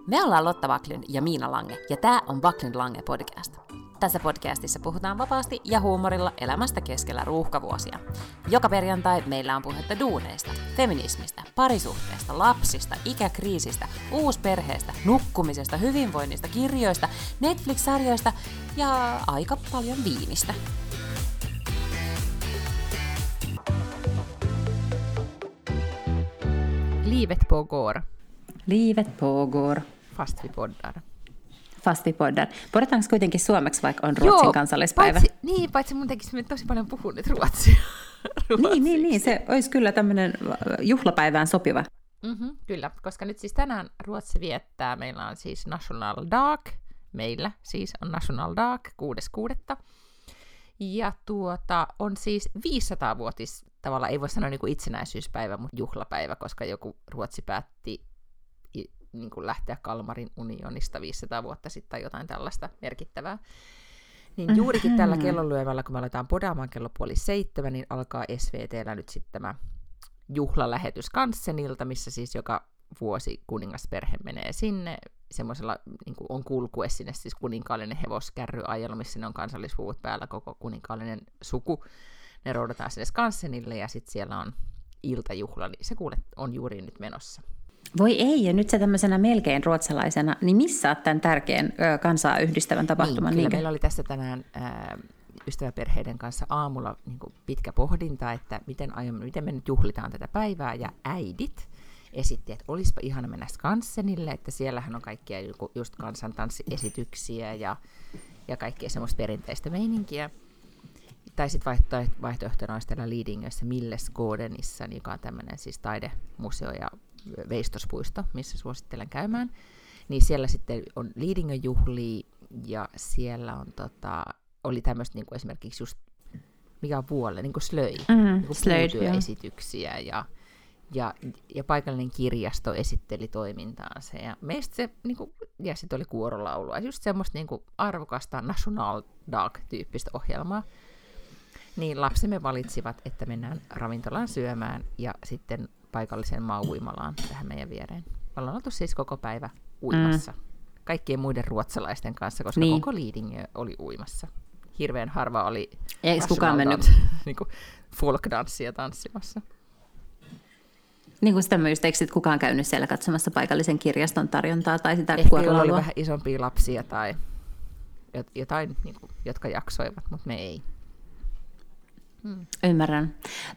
Me ollaan Lotta Backlund ja Miina Lange, ja tää on Backlund Lange podcast. Tässä podcastissa puhutaan vapaasti ja huumorilla elämästä keskellä ruuhkavuosia. Joka perjantai meillä on puhetta duuneista, feminismistä, parisuhteesta, lapsista, ikäkriisistä, uusperheestä, nukkumisesta, hyvinvoinnista, kirjoista, Netflix-sarjoista ja aika paljon viinistä. Livet pågår. Livet pågår. Fast vi poddar. Fast vi poddar. Poddataanko kuitenkin suomeksi, vaikka on Ruotsin kansallispäivä? Paitsi mun tekisi tosi paljon puhua nyt ruotsia. Niin, se olisi kyllä tämmöinen juhlapäivään sopiva. Kyllä, koska nyt siis tänään Ruotsi viettää, meillä on siis National Dag, meillä siis on National Dag 6.6. Ja on siis 500-vuotis, tavallaan ei voi sanoa niin kuin itsenäisyyspäivä, mutta juhlapäivä, koska joku Ruotsi päätti niin kuin lähteä Kalmarin unionista 500 vuotta sitten tai jotain tällaista merkittävää. Niin juurikin tällä kellonlyövällä, kun me aletaan podaamaan kello 6:30, niin alkaa SVT:llä nyt sitten tämä juhlalähetys Skansenilta, missä siis joka vuosi kuningasperhe menee sinne. Semmoisella niin kuin on kulkue sinne, siis kuninkaallinen hevoskärryajelu, missä ne on kansallishuuvut päällä, koko kuninkaallinen suku. Ne roudataan sinne Skansenille ja sitten siellä on iltajuhla, niin se on juuri nyt menossa. Voi ei, ja nyt sä tämmöisenä melkein ruotsalaisena, niin missä oot tämän tärkeän kansaa yhdistävän tapahtuman? Niin, kyllä meillä oli tässä tänään ystäväperheiden kanssa aamulla niin kuin pitkä pohdinta, että miten me nyt juhlitaan tätä päivää, ja äidit esitti, että olisipa ihana mennä Skansenille, että siellähän on kaikkia just kansantanssiesityksiä ja kaikkea semmoista perinteistä meininkiä. Tai sitten vaihtoehtona olisi täällä Lidingössä Millesgårdenissa, joka on tämmöinen siis taidemuseo ja veistospuisto, missä suosittelen käymään. Niin siellä sitten on Lidingön juhlia ja siellä on oli tämmöistä niinku esimerkiksi just, mikä on vuolle, niin kuin slöi, puutyöesityksiä ja paikallinen kirjasto esitteli toimintaansa. Ja meistä se, niinku, ja sitten oli kuorolaulua, just semmoista niinku arvokasta National Dag-tyyppistä ohjelmaa. Niin lapsemme valitsivat, että mennään ravintolaan syömään ja sitten paikalliseen maa-uimalaan tähän meidän viereen. Ollaan oltu siis koko päivä uimassa. Kaikkien muiden ruotsalaisten kanssa, koska koko Lidingö oli uimassa. Hirveän harva oli niinku folkdanssia tanssimassa. Niin kuin sitä myös, eikö kukaan käynyt siellä katsomassa paikallisen kirjaston tarjontaa tai sitä kuorolaulua? Ehkä oli vähän isompia lapsia tai jotain, niinku, jotka jaksoivat, mutta me ei. Ymmärrän.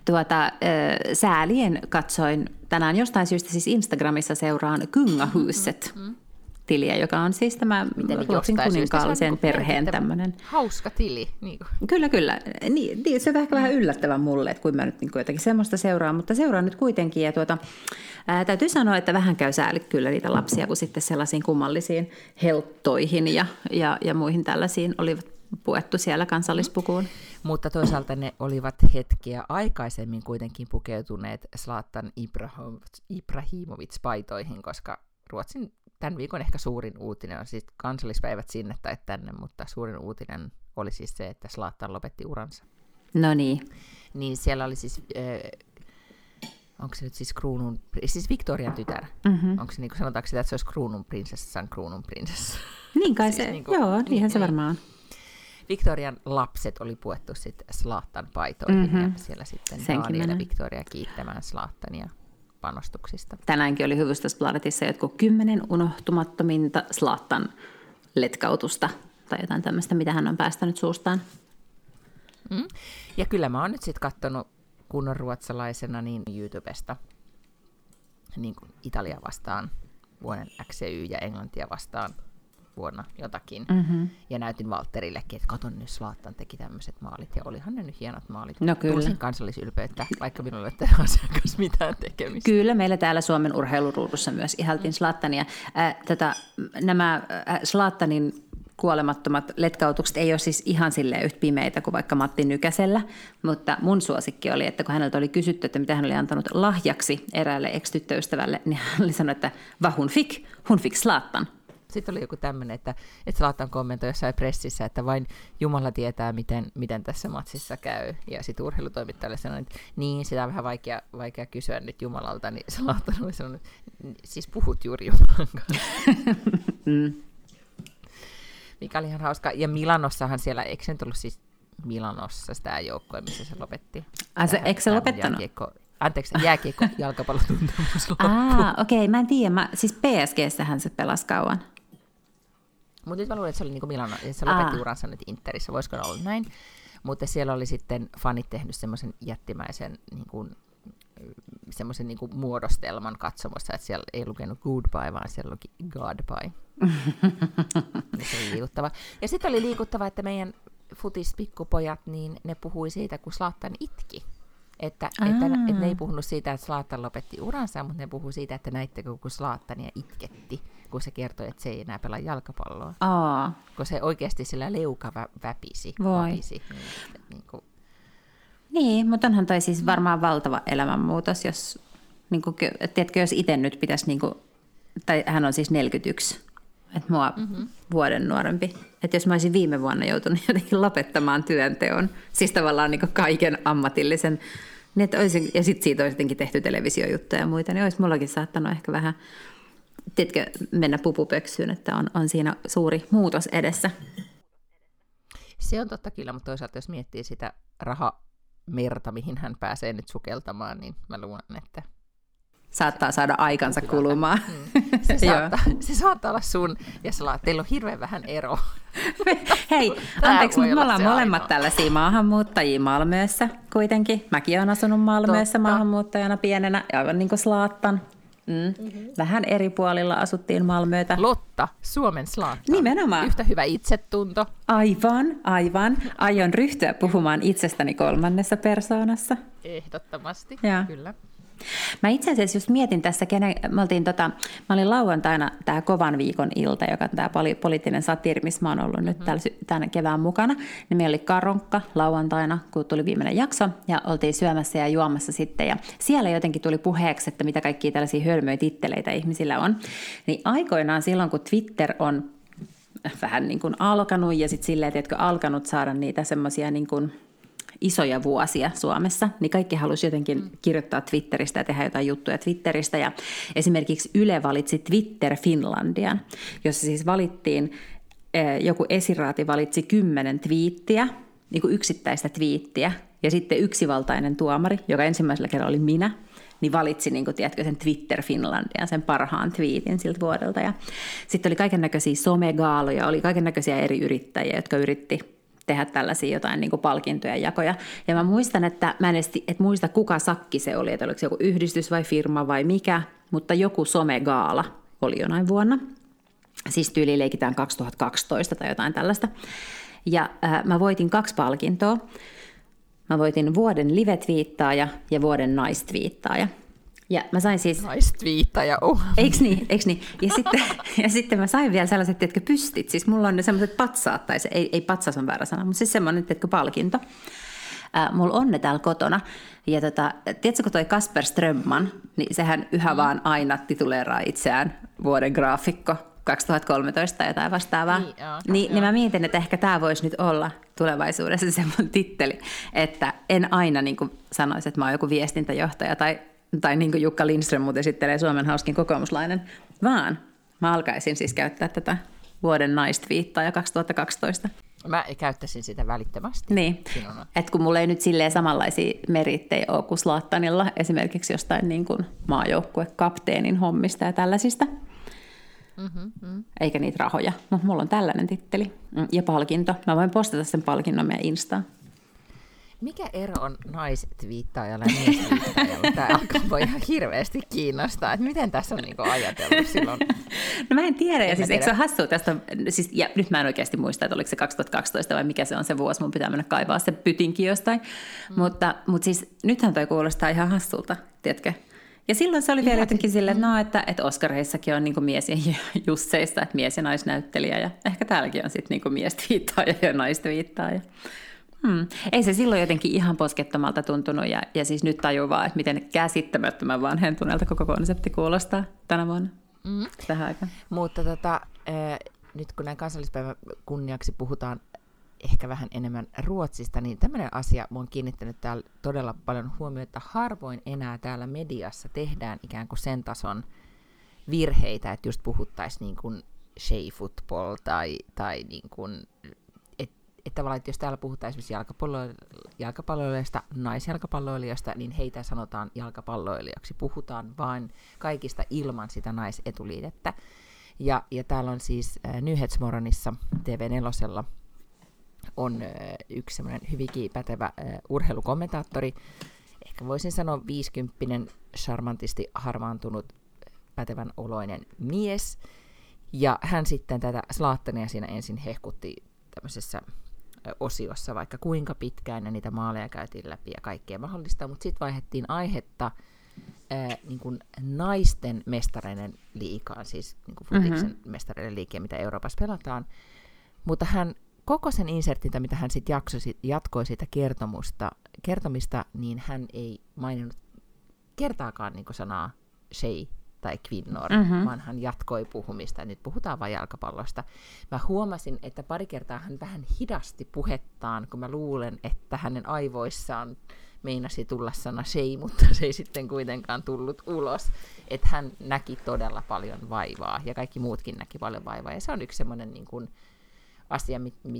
Säälien katsoin tänään jostain syystä siis Instagramissa seuraan Kungahuset-tiliä, joka on siis tämä Ruotsin kuninkaallisen perheen tämmöinen. Hauska tili. Niin. Kyllä. Niin, se on ehkä vähän yllättävän mulle, että kun mä nyt niin jotakin semmoista seuraan, mutta seuraan nyt kuitenkin. Ja täytyy sanoa, että vähän käy säälit kyllä niitä lapsia, kun sitten sellaisiin kummallisiin helttoihin ja muihin tällaisiin olivat puettu siellä kansallispukuun. Mutta toisaalta ne olivat hetkeä aikaisemmin kuitenkin pukeutuneet Zlatan Ibrahimovic-paitoihin, koska Ruotsin tämän viikon ehkä suurin uutinen on siis kansallispäivät sinne tai tänne, mutta suurin uutinen oli siis se, että Zlatan lopetti uransa. No niin. Niin siellä oli siis, onko se nyt siis Victorian tytär? Onko se niin kuin sanotaanko sitä, että se olisi kruununprinsessan kruununprinsessa? Niin kai siis se, niin kuin, joo, niinhän se varmaan on. Victorian lapset oli puettu sitten Zlatan paitoihin ja siellä sitten Daniel ja Victoria kiittämään Zlatania panostuksista. Tänäänkin oli Hufvudstadsbladetissa jotkut 10 unohtumattominta Zlatan letkautusta tai jotain tämmöistä, mitä hän on päästänyt suustaan. Ja kyllä mä oon nyt sitten katsonut kunnon ruotsalaisena niin YouTubesta niin kuin Italia vastaan vuoden X ja Y ja Englantia vastaan vuonna jotakin. Ja näytin Valtterillekin, että katon nyt Zlatan teki tämmöiset maalit. Ja olihan ne nyt hienot maalit. No kyllä. Tulisin kansallisylpeyttä, vaikka minulla ei ole asiakas mitään tekemistä. Kyllä, meillä täällä Suomen urheiluruudussa myös ihaltiin Zlatania. Nämä Zlatanin kuolemattomat letkautukset ei ole siis ihan silleen yhtä pimeitä kuin vaikka Matti Nykäsellä, mutta mun suosikki oli, että kun häneltä oli kysytty, että mitä hän oli antanut lahjaksi eräälle ex-tyttöystävälle, niin hän oli sanonut, että va hun fick Zlatan. Sitten oli joku tämmöinen, että Zlatan kommentoi jossain pressissä, että vain Jumala tietää, miten tässä matsissa käy. Ja sitten urheilutoimittajalle sanoi, että niin, sitä on vähän vaikea kysyä nyt Jumalalta, niin Zlatan oli sanonut, siis puhut juuri Jumalan kanssa. Mikä oli ihan hauska. Ja Milanossahan siellä, eikö se nyt ollut siis Milanossa tämä joukkue, missä se lopetti? Eikö se lopettanut? Jääkiekko jalkapallotuntemus loppu. Okei, mä en tiedä. Siis PSG:ssähän se pelasi kauan. Mutta nyt mä luulen, että se oli niin kuin Milano, että se lopetti uransa nyt Interissä, voisiko olla näin. Mutta siellä oli sitten fanit tehnyt semmoisen jättimäisen semmoisen niin kuin muodostelman katsomossa, että siellä ei lukenut goodbye, vaan siellä luki Godbye. Se oli liikuttava. Ja sitten oli liikuttava, että meidän futispikkupojat, niin ne puhui siitä, kun Zlatan itki. Että ne ei puhunut siitä, että Zlatan lopetti uransa, mutta ne puhui siitä, että näittekö, kun Zlatania itketti, kun se kertoi, että se ei enää pelaa jalkapalloa. Kun se oikeasti sillä leuka väpisi. Niin, mutta onhan toi siis varmaan valtava elämänmuutos, jos, niin kuin, tiedätkö, jos itse nyt pitäisi, niin kuin, tai hän on siis 41, että mua vuoden nuorempi. Että jos mä olisin viime vuonna joutunut jotenkin lopettamaan työnteon, siis tavallaan niin kuin kaiken ammatillisen, niin että olisin, ja sitten siitä olisi jotenkin tehty televisiojuttuja ja muita, niin olisi mullakin saattanut ehkä vähän, tiedätkö, mennä pupupöksyyn, että on siinä suuri muutos edessä. Se on totta kyllä, mutta toisaalta jos miettii sitä rahamerta, mihin hän pääsee nyt sukeltamaan, niin mä luulen, että saattaa saada aikansa kulumaan. Se saattaa olla sun, ja teillä on hirveän vähän eroa. Hei, anteeksi, mutta me ollaan molemmat tällaisia maahanmuuttajia Malmössä kuitenkin. Mäkin olen asunut Malmössä maahanmuuttajana pienenä, aivan niin kuin Zlatan. Vähän eri puolilla asuttiin Malmötä. Lotta, Suomen Zlatan. Nimenomaan. Yhtä hyvä itsetunto. Aivan. Aion ryhtyä puhumaan itsestäni 3. persoonassa. Ehdottomasti, kyllä. Mä itse asiassa just mietin tässä, mä olin lauantaina tämä Kovan viikon ilta, joka on tämä poliittinen satiiri, missä mä oon ollut nyt tämän kevään mukana, niin meillä oli karonkka lauantaina, kun tuli viimeinen jakso, ja oltiin syömässä ja juomassa sitten, ja siellä jotenkin tuli puheeksi, että mitä kaikkia tällaisia hölmöjä titteleitä ihmisillä on. Niin aikoinaan silloin, kun Twitter on vähän niin kuin alkanut, ja sitten silleen, tiedätkö, alkanut saada niitä semmoisia niin kuin isoja vuosia Suomessa, niin kaikki halusi jotenkin kirjoittaa Twitteristä ja tehdä jotain juttuja Twitteristä. Ja esimerkiksi Yle valitsi Twitter Finlandian, jossa siis valittiin, joku esiraati valitsi 10 twiittiä, niin kuin yksittäistä twiittiä, ja sitten yksivaltainen tuomari, joka ensimmäisellä kerralla oli minä, niin valitsi, niin kuin, tiedätkö, sen Twitter Finlandian, sen parhaan twiitin siltä vuodelta. Ja sitten oli kaikennäköisiä somegaaloja, oli kaikennäköisiä eri yrittäjiä, jotka yritti tehdä tällaisia jotain niin kuin palkintojen jakoja. Ja mä muistan, että mä en edes muista kuka sakki se oli, että oliko se joku yhdistys vai firma vai mikä, mutta joku somegaala oli jonain vuonna. Siis tyyliin leikitään 2012 tai jotain tällaista. Ja mä voitin 2 palkintoa. Mä voitin vuoden live-twiittaaja ja vuoden naistwiittaaja. Ja mä sain siis... Naistwiittaaja, Eiks niin? Ja sitten mä sain vielä sellaiset, tiedätkö, pystit. Siis mulla on ne sellaiset patsaat, tai se, ei patsas on väärä sana, mutta siis semmoinen, tiedätkö, palkinto. Mulla on ne täällä kotona. Ja tiedätkö, kun toi Kasper Strömman, niin sehän yhä vaan aina tituleeraa itseään vuoden graafikko 2013 tai jotain vastaavaa. Niin mä mietin, että ehkä tämä voisi nyt olla tulevaisuudessa semmoinen titteli, että en aina niin kuin sanoisi, että mä oon joku viestintäjohtaja tai niin kuin Jukka Lindström muuten esittelee Suomen hauskin kokoomuslainen, vaan mä alkaisin siis käyttää tätä vuoden naistwiittaaja 2012. Mä käyttäisin sitä välittömästi. Niin, että kun mulla ei nyt silleen samanlaisia merittejä ole kuin Zlatanilla, esimerkiksi jostain niin kuin maajoukkuekapteenin hommista ja tällaisista, eikä niitä rahoja, mutta mulla on tällainen titteli ja palkinto. Mä voin postata sen palkinnon meidän Instaan. Mikä ero on naistwiittaajalla ja miestwiittaajalla? Tämä alkaa voi ihan hirveästi kiinnostaa, että miten tässä on niinku ajatellut silloin. No mä en tiedä, ja siis eikö se ole hassua tästä, siis, ja nyt mä en oikeasti muista, että oliko se 2012 vai mikä se on se vuosi, mun pitää mennä kaivaa se pytinkin jostain, mutta siis nythän toi kuulostaa ihan hassulta, tiedätkö? Ja silloin se oli vielä jotenkin silleen, että Oscareissakin on niinku mies ja Jusseista, että mies- ja naisnäyttelijä, ja ehkä täälläkin on sitten niinku miestwiittaaja ja naistwiittaaja. Ei se silloin jotenkin ihan poskettomalta tuntunut, ja siis nyt tajuu vaan, että miten käsittämättömän vanhentuneelta koko konsepti kuulostaa tänä vuonna. tähän aikaan. Mutta nyt kun näin kansallispäivän kunniaksi puhutaan ehkä vähän enemmän Ruotsista, niin tämmöinen asia mun on kiinnittänyt täällä todella paljon huomiota, että harvoin enää täällä mediassa tehdään ikään kuin sen tason virheitä, että just puhuttaisiin niin kuin shea-football tai niin kuin, että tavallaan, että jos täällä puhutaan esimerkiksi jalkapalloilijoista, naisjalkapalloilijoista, niin heitä sanotaan jalkapalloilijaksi. Puhutaan vain kaikista ilman sitä naisetuliitettä. Ja täällä on siis Nyhetsmorgonissa TV4 on yksi semmoinen hyvinkin pätevä urheilukommentaattori, ehkä voisin sanoa 50, charmantisti harmaantunut, pätevän oloinen mies. Ja hän sitten tätä Zlatania siinä ensin hehkutti tämmöisessä osiossa vaikka kuinka pitkään, ja niitä maaleja käytiin läpi ja kaikkea mahdollista, mutta sitten vaihdettiin aihetta niin kuin naisten mestareiden liigaan, siis niin kuin futiksen mestareiden liigaan, mitä Euroopassa pelataan. Mutta hän koko sen insertintä, mitä hän sitten jatkoi siitä kertomista, niin hän ei maininnut kertaakaan niin kuin sanaa shea tai kvinnor, vaan hän jatkoi puhumista, ja nyt puhutaan vain jalkapallosta. Mä huomasin, että pari kertaa hän vähän hidasti puhettaan, kun mä luulen, että hänen aivoissaan meinasi tulla sana shea, mutta se ei sitten kuitenkaan tullut ulos. Että hän näki todella paljon vaivaa, ja kaikki muutkin näki paljon vaivaa, ja se on yksi semmoinen niin kuin asia,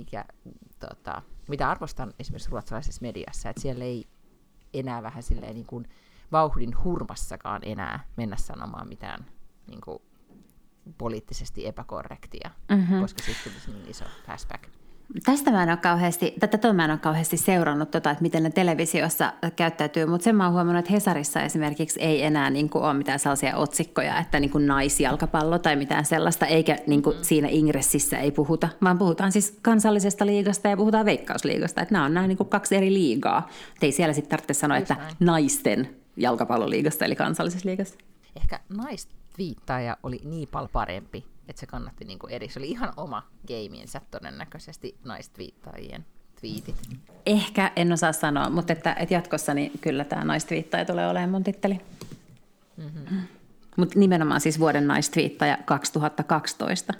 mitä arvostan esimerkiksi ruotsalaisessa mediassa, että siellä ei enää vähän silleen niin kuin vauhdin hurmassakaan enää mennä sanomaan mitään niin kuin poliittisesti epäkorrektia, koska sitten tulisi niin iso flashback. Tätä mä en ole kauheasti seurannut, että miten ne televisiossa käyttäytyy, mutta sen mä oon huomannut, että Hesarissa esimerkiksi ei enää niin kuin ole mitään sellaisia otsikkoja, että niin kuin naisjalkapallo tai mitään sellaista, eikä niin kuin siinä ingressissä ei puhuta, vaan puhutaan siis kansallisesta liigasta ja puhutaan veikkausliigasta, että nämä on niin kuin kaksi eri liigaa. Et ei siellä sitten tarvitse sanoa, just että näin. Naisten jalkapalloliigasta eli kansallisessa liigassa. Ehkä naistviittaaja oli niin paljon parempi, että se kannatti niinku eri. Se oli ihan oma gameinsa todennäköisesti naistviittaajien twiitit. Ehkä en osaa sanoa, mutta että jatkossa niin kyllä tämä naistviittaaja tulee olemaan mun titteli. Mutta nimenomaan siis vuoden naistviittaaja 2012.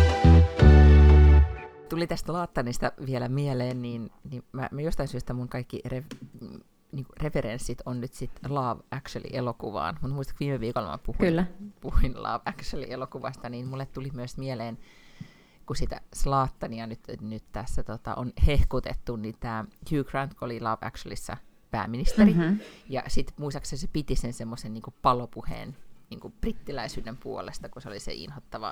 Tuli tästä Zlatanista vielä mieleen, niin mä jostain syystä mun kaikki referenssit on nyt sitten Love Actually-elokuvaan. Mun muistan, viime viikolla mä puhuin Love Actually-elokuvasta, niin mulle tuli myös mieleen, kun sitä Zlatania nyt tässä on hehkutettu, niin tämä Hugh Grant oli Love Actuallyssä pääministeri, ja sitten muistaakseni se piti sen semmoisen niinku palopuheen niinku brittiläisyyden puolesta, kun se oli se inhottava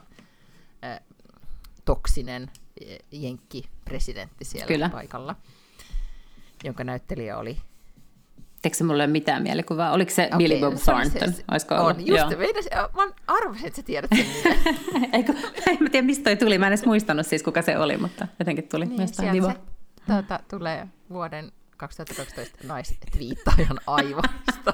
toksinen jenkki-presidentti siellä paikalla, jonka näyttelijä oli. Teekö se mulle mitään mielikuvaa? Oliko se Billy Bob Thornton? Olisiko ollut? On, just. Mä arvasin, että sä tiedät sen nimen. En tiedä, mistä toi tuli. Mä en edes muistanut siis, kuka se oli, mutta jotenkin tuli niin, myös tämä Vivo. Tulee vuoden 2012 naistviittaajan aivoista.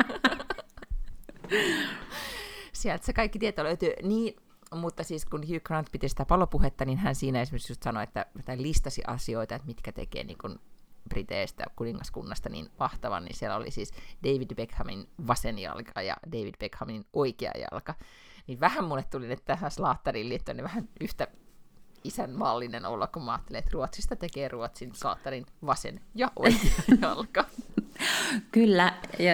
Sieltä se kaikki tieto löytyy. Niin, mutta siis kun Hugh Grant piti sitä palopuhetta, niin hän siinä esimerkiksi just sanoi, että listasi asioita, että mitkä tekee niin kuin Briteistä kuningaskunnasta niin mahtavan, niin siellä oli siis David Beckhamin vasen jalka ja David Beckhamin oikea jalka. Niin vähän mulle tuli nyt tähän Zlataniin liittyen niin vähän yhtä isänmaallinen olo, kun mä ajattelin, että Ruotsista tekee Ruotsin Zlatanin vasen ja oikea jalka. Kyllä, ja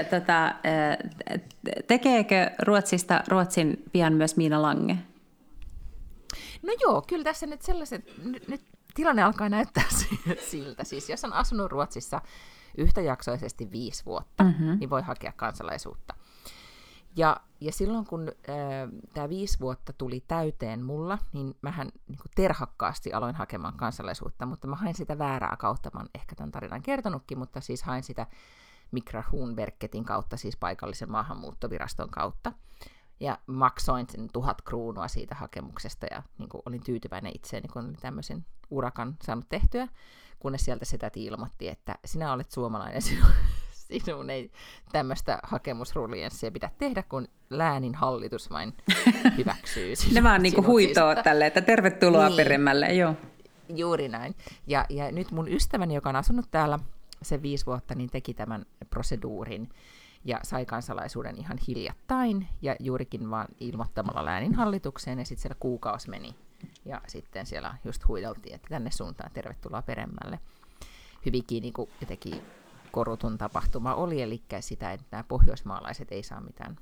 tekeekö Ruotsista Ruotsin pian myös Miina Lange? No joo, kyllä tässä nyt sellaiset, nyt tilanne alkaa näyttää siltä. Siis jos on asunut Ruotsissa yhtäjaksoisesti 5 vuotta, niin voi hakea kansalaisuutta. Ja silloin kun tämä 5 vuotta tuli täyteen mulla, niin mähän niin kuin terhakkaasti aloin hakemaan kansalaisuutta, mutta mä hain sitä väärää kautta. Mä oon ehkä tämän tarinan kertonutkin, mutta siis hain sitä Migrationsverketin kautta, siis paikallisen maahanmuuttoviraston kautta. Ja maksoin sen 1000 kruunua siitä hakemuksesta ja niin kuin olin tyytyväinen itseeni, kun olin tämmöisen urakan saanut tehtyä, kunnes sieltä se täti ilmoitti, että sinä olet suomalainen, sinun ei tämmöistä hakemusrullienssia pidä tehdä, kun läänin hallitus vain hyväksyy. Ne vaan niin kuin huitoo tälle, että tervetuloa niin, peremmälle, joo. Juuri näin. Ja nyt mun ystäväni, joka on asunut täällä se 5 vuotta, niin teki tämän proseduurin. ja sai kansalaisuuden ihan hiljattain, ja juurikin vaan ilmoittamalla lääninhallitukseen, ja sitten siellä kuukausi meni, ja sitten siellä just huideltiin, että tänne suuntaan tervetuloa peremmälle. Hyvinkin niin kuin jotenkin korutun tapahtuma oli, eli sitä, että nämä pohjoismaalaiset ei saa mitään,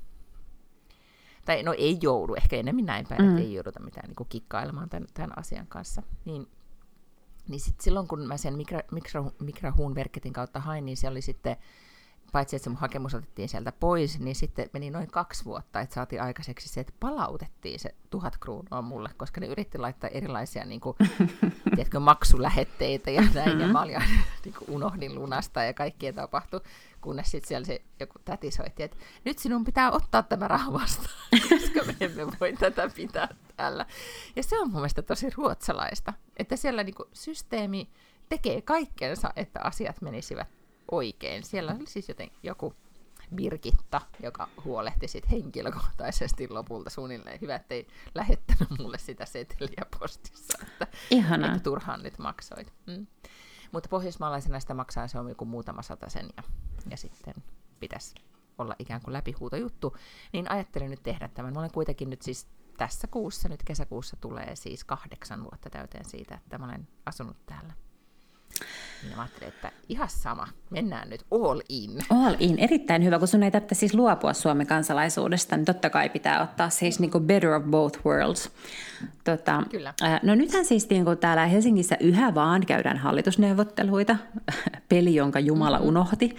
tai no ei joudu, ehkä enemmän näin päin, että ei jouduta mitään niin kuin kikkailemaan tämän asian kanssa. Niin sitten silloin, kun mä sen Migrahuun verkketin kautta hain, niin se oli sitten, paitsi että se mun hakemus otettiin sieltä pois, niin sitten meni noin 2 vuotta, että saatiin aikaiseksi se, että palautettiin se 1000 kruunua mulle, koska ne yritti laittaa erilaisia niin kuin, tiedätkö, maksulähetteitä ja näin, ja mä olin, niin kuin, unohdin lunasta ja kaikkea tapahtui, kunnes sitten siellä se joku täti soitti, että nyt sinun pitää ottaa tämä raha vastaan, koska me emme voi tätä pitää täällä. Ja se on mun mielestä tosi ruotsalaista, että siellä niin kuin, systeemi tekee kaikkensa, että asiat menisivät oikein. Siellä oli siis joku Birgitta, joka huolehti sit henkilökohtaisesti lopulta suunnilleen. Hyvä, ettei lähettänyt mulle sitä seteliä postissa, että turhaan nyt maksoit. Mutta pohjoismaalaisena sitä maksaa, se on joku muutama satasen ja sitten pitäisi olla ikään kuin läpihuutojuttu. Niin ajattelin nyt tehdä tämän. Mä olen kuitenkin nyt siis tässä kuussa, nyt kesäkuussa tulee siis 8 vuotta täyteen siitä, että mä olen asunut täällä. Ja mä ajattelin, että ihan sama, mennään nyt all in. All in, erittäin hyvä, kun sun ei tarvitse siis luopua Suomen kansalaisuudesta, niin totta kai pitää ottaa siis niin kuin better of both worlds. Kyllä. No nythän siis niin kuin täällä Helsingissä yhä vaan käydään hallitusneuvotteluita, peli, jonka Jumala unohti.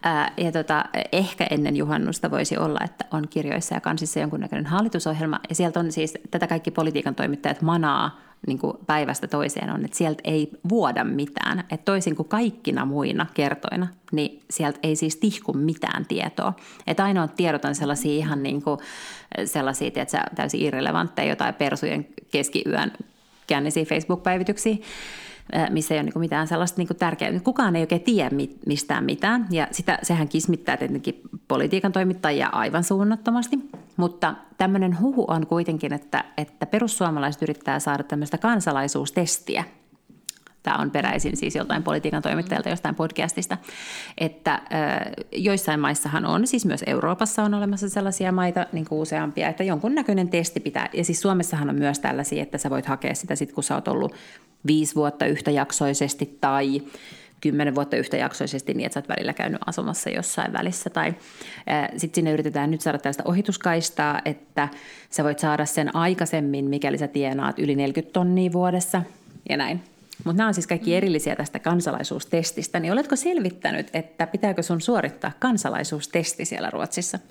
Ja ehkä ennen juhannusta voisi olla, että on kirjoissa ja kansissa jonkunnäköinen hallitusohjelma, ja sieltä on siis tätä kaikki politiikan toimittajat manaa, niin kuin päivästä toiseen on, että sieltä ei vuoda mitään. Että toisin kuin kaikkina muina kertoina, niin sieltä ei siis tihku mitään tietoa. Että ainoat tiedot on sellaisia ihan niin kuin sellaisia, että täysin irrelevantteja, jotain persujen keskiyön kännisiä Facebook-päivityksiä, missä ei ole niin mitään sellaista niin tärkeää. Kukaan ei oikein tiedä mistään mitään, ja sehän kismittää tietenkin politiikan toimittajia aivan suunnattomasti. Mutta tämmöinen huhu on kuitenkin, että perussuomalaiset yrittää saada tämmöistä kansalaisuustestiä. Tämä on peräisin siis joltain politiikan toimittajalta jostain podcastista, että joissain maissahan on, siis myös Euroopassa on olemassa sellaisia maita niin kuin useampia, että jonkunnäköinen testi pitää, ja siis Suomessahan on myös tällaisia, että sä voit hakea sitä sitten, kun sä oot ollut 5 vuotta yhtäjaksoisesti tai 10 vuotta yhtäjaksoisesti niin, että sä oot välillä käynyt asumassa jossain välissä. Tai sitten sinne yritetään nyt saada tällaista ohituskaistaa, että sä voit saada sen aikaisemmin, mikäli sä tienaat yli 40 tonnia vuodessa ja näin. Mutta nämä on siis kaikki erillisiä tästä kansalaisuustestistä. Niin oletko selvittänyt, että pitääkö sun suorittaa kansalaisuustesti siellä Ruotsissa?